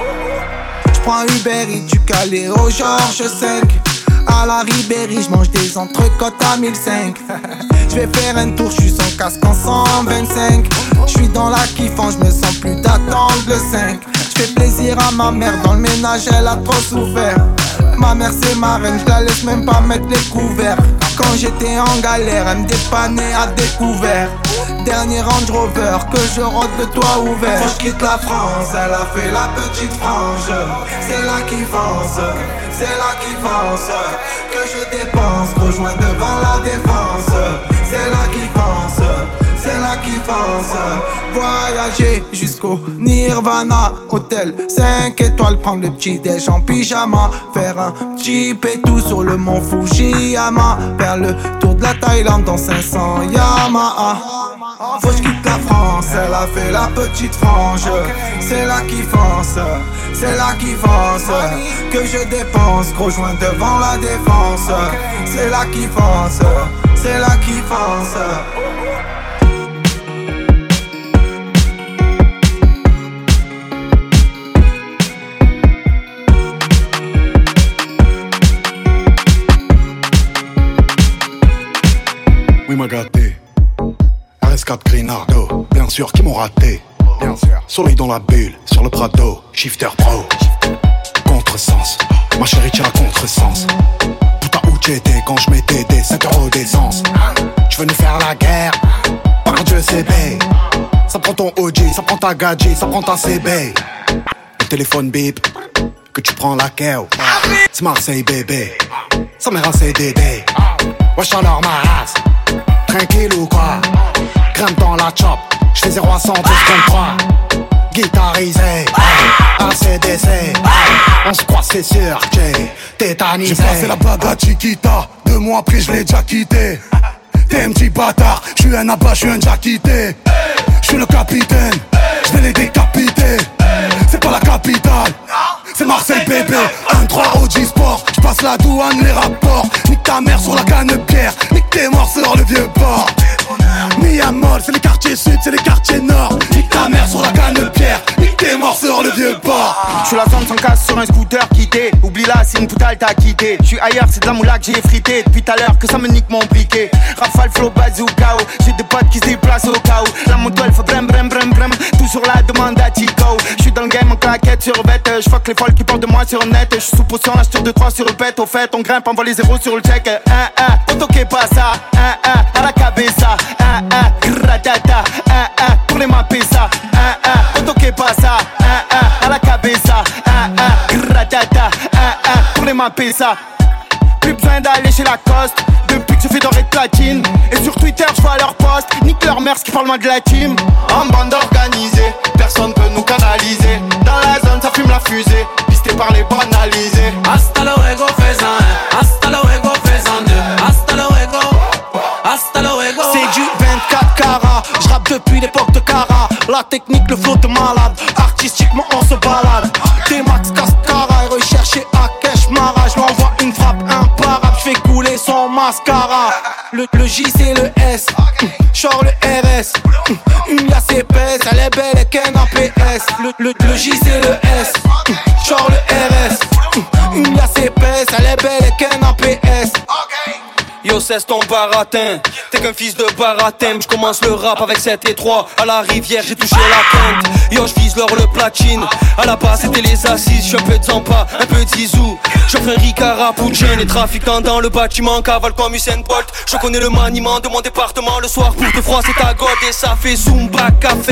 J'prends Uber Eats du Calais au Georges 5. À la Ribéry, j'mange des entrecôtes à 1005. J'vais faire un tour, j'suis sans casque en 125. J'suis dans la kiffance, j'me sens plus d'attendre le 5. J'fais plaisir à ma mère, dans le ménage elle a trop souffert. Ma mère c'est ma reine, j'la laisse même pas mettre les couverts. Quand j'étais en galère, elle me dépannait à découvert. Dernier Range Rover, que je rentre le toit ouvert. Quand j'quitte la France, elle a fait la petite frange. C'est là qui fonce, c'est là qui fonce. Que je dépense, rejoins devant la défense. C'est là qui fonce, c'est là qui fonce. Voyager jusqu'au Nirvana. Hôtel 5 étoiles, prendre le petit déj en pyjama. Faire un petit pétou sur le mont Fujiyama. Faire le tour de la Thaïlande dans 500 Yamaha. Faut que j'quitte la France, elle a fait la petite frange. C'est là qui fonce, c'est là qui fonce. Que je dépense, rejoins devant la défense. C'est là qui fonce, c'est là qui fonce. Oui m'a gâté. RS4 Grinardo, bien sûr qui m'ont raté. Bien sûr. Soleil dans la bulle, sur le Prado, shifter pro. Contresens, ma chérie tire à contresens. Putain où t'étais quand je mettais des 5 € d'essence. Tu veux nous faire la guerre, par Dieu c'est bé. Ça prend ton OG, ça prend ta gadget, ça prend ta CB. Le téléphone bip, que tu prends la keo. C'est Marseille bébé, ça m'est rassé Dédé. Wesh alors ma race, tranquille ou quoi? Grimpe dans la chop, j'fais 0 à 100, 2,33. Guitarisé, ACDC, on se croit c'est sûr, j'ai tétanisé. J'ai passé la bague à Chiquita, 2 mois après je l'ai déjà quitté. T'es un petit bâtard, j'suis un abat, j'suis un déjà quitté. J'suis le capitaine, j'vais les décapiter. C'est pas la capitale, c'est Marseille bébé. 1-3 au G-Sport, j'passe la douane, les rapports. Nique ta mère sur la canne de pierre, nique tes morts sur le vieux port. Miamol, c'est les quartiers sud, c'est les quartiers nord. Nique ta mère sur la canne de pierre, nique t'es mort sur le vieux pas. J'suis la zone sans casse sur un scooter quitté. Oublie là, c'est une poutale t'as quitté. J'suis ailleurs, c'est de la moula que j'ai frité. Depuis tout à l'heure que ça me nique mon briquet. Rafale, flow, bazooka. J'ai des potes qui se déplacent au cas où. La moto elle fait brem brem brem brem. Toujours la demande à Tico. J'suis dans le game en claquette sur bête. J'fuck les folles qui parlent de moi sur net. J'suis sous potion, l'acheteur de 3 sur le pet. Au fait, on grimpe, envoie les zéros sur le check. On toque pas ça. À la cabeza. Gratata. Pour les mapper ça. On toque pas ça. À la cabeza. Gratata. Pour les mapper ça. Plus besoin d'aller chez Lacoste. Depuis que je fais doré de platine. Et sur Twitter je vois leur post. Nique leur mère qui parle moins de la team. En bande organisée, personne peut nous canaliser. Dans la zone ça fume la fusée. Pisté par les banalisés. Hasta luego fais-en un. Hasta luego fais-en deux. Hasta luego. Hasta luego. C'est du 24 carats. J'rappe depuis l'époque de Cara. La technique, le flow de malade. Artistiquement on se balade. T-Max Cascara et recherché à Kesh Mara. J'l'envoie une frappe imparable. J'fais couler son mascara. Le J c'est le S. Genre le RS. Une liasse épaisse. Elle est belle et qu'un APS. Le J c'est le S. Genre le RS. Une liasse épaisse. Elle est belle et qu'un APS. Yo cesse ton baratin, t'es qu'un fils de baratin. J'commence le rap avec 7 et 3. À la rivière j'ai touché la quinte. Yo j'vise l'or le platine. À la base c'était les assises. J'suis un peu de Zampa, un peu de Zizou. J'offre un Ricard pour jeune. Les trafiquants dans le bâtiment cavale comme Usain Bolt. Je connais le maniement de mon département. Le soir pour te froisser ta gode. Et ça fait Zumba,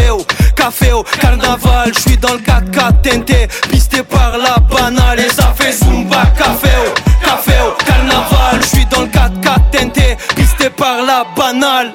caféo, carnaval. J'suis dans le 4x4 teinté, pisté par la banale. Et ça fait Zumba, caféo, carnaval. J'suis dans le 4x4 teinté, pisté par la banale.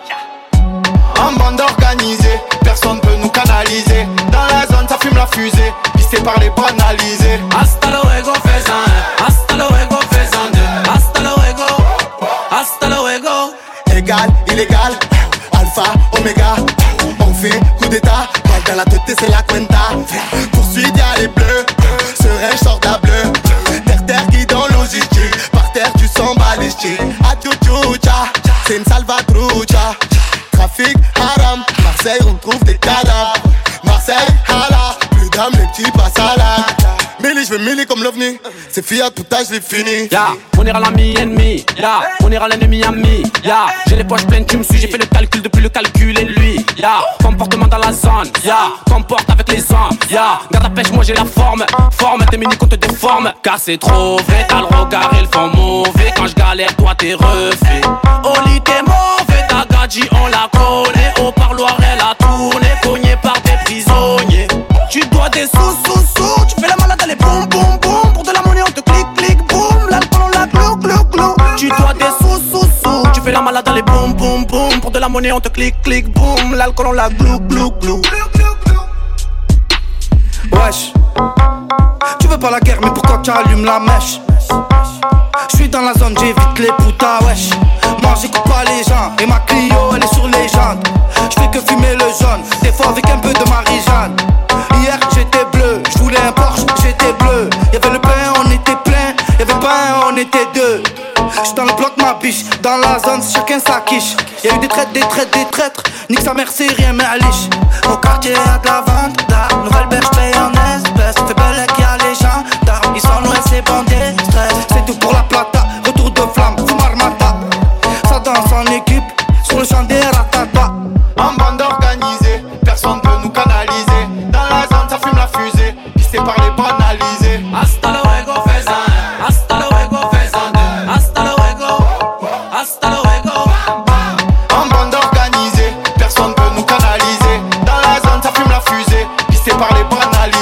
En bande organisée, personne peut nous canaliser. Dans la zone ça fume la fusée. Pisté par les banalisés. Hasta luego fais-en un. Hasta luego fais-en deux. Hasta luego. Hasta luego. Égal, illégal, alpha, oméga. On fait coup d'état, mal dans la tête c'est la cuenta. Poursuite y'a les bleus, serein sort de la bleue. Terre qui dans logistique, par terre tu sens balistique. Atchouchoucha, c'est une salvatrucha. Trafic haram, Marseille on trouve des cadavres. Marseille hala, plus d'âme les petits passent à la. Milli je vais milli comme l'OVNI. C'est fiat tout âge j'ai fini. Ya, on ira l'ami ennemi. Ya, on ira l'ennemi ami. Ya, j'ai les poches pleines tu me suis. J'ai fait le calcul depuis le calcul et lui. Ya, comportement dans la zone. Ya, comporte avec les hommes. Ya, garde la pêche moi j'ai la forme. Forme tes mini qu'on te déforme. Car c'est trop vrai, t'as le regard et le fond mauvais. Quand je galère toi t'es refait. Oli t'es mauvais, ta gadji on la connaît. Au parloir elle a tourné, cogné par des prisonniers. Tu dois des sous, tu fais la malade, allez boum boum boum. Pour de la monnaie on te clic clic boum. L'alcool on la glou glou glou. Tu dois des sous, tu fais la malade, allez boum boum boum. Pour de la monnaie on te clic clic boum. L'alcool on la glou glou glou. Wesh, tu veux pas la guerre mais pourquoi tu allumes la mèche? J'suis dans la zone, j'évite les putas, wesh. Moi j'écoute pas les gens, et ma Clio elle est sur les jantes. J'fais que fumer le jaune, des fois avec un peu de Marie-Jeanne. Hier j'étais bleu, j'voulais un Porsche, j'étais bleu. Y'avait le pain, on était plein, y'avait pas un, on était deux. J'suis dans le bloc ma biche, dans la zone chacun sa quiche. Y'a eu des traîtres, nique sa mère c'est rien mais à liche. Au quartier y'a de la vente, la nouvelle berge paye en espèces. Fait belle qu'il y a les gens, ils sont loin c'est bandés, stress. C'est tout pour la plata, retour de flamme, fume armata. Ça danse en équipe, sur le champ des ratata. En bande organisée, personne peut nous canaliser. Dans la zone ça fume la fusée, pisté par les banalisés. Hasta luego fais-en un. Hasta luego fais-en deux. Hasta luego. Hasta luego. En bande organisée, personne peut nous canaliser. Dans la zone ça fume la fusée, pisté par les banalisés.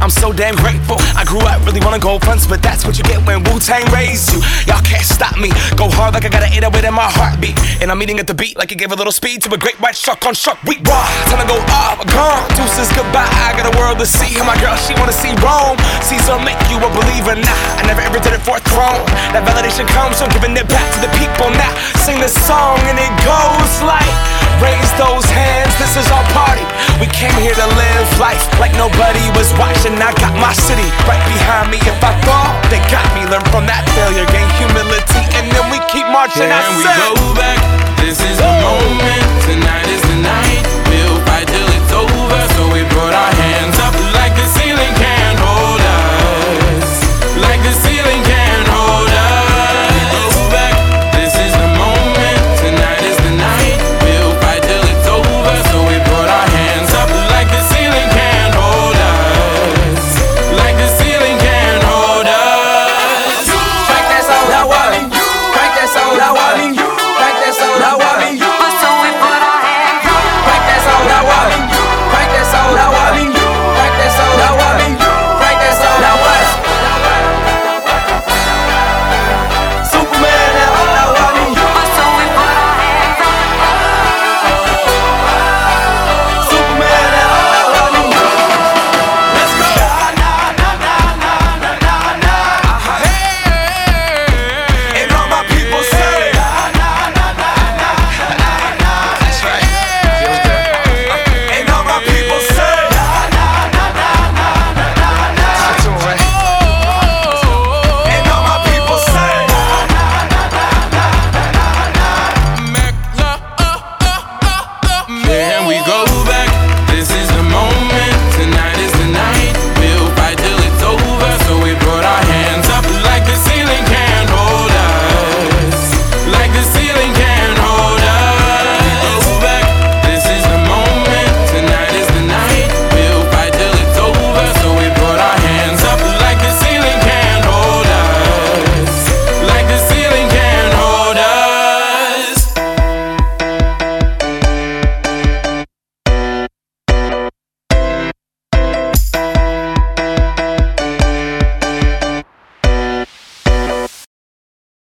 I'm so damn grateful. I grew up really wanna go fronts, but that's what you get when Wu-Tang raised you. Y'all can't stop me. Go hard like I got an 808 in my heartbeat. And I'm eating at the beat like it gave a little speed to a great white shark on shark week. Raw, time to go up, gone. Deuces goodbye. I got a world to see. And my girl, she wanna see Rome. Caesar make you a believer. Nah, I never ever did it for a throne. That validation comes from giving it back to the people. Now sing this song and it goes like, raise those hands, this is our party. We came here to live life like nobody was watching. I got my city right behind me. If I fall, they got me. Learn from that failure, gain humility, and then we keep marching. Can we go back? This is the moment. Tonight is the night.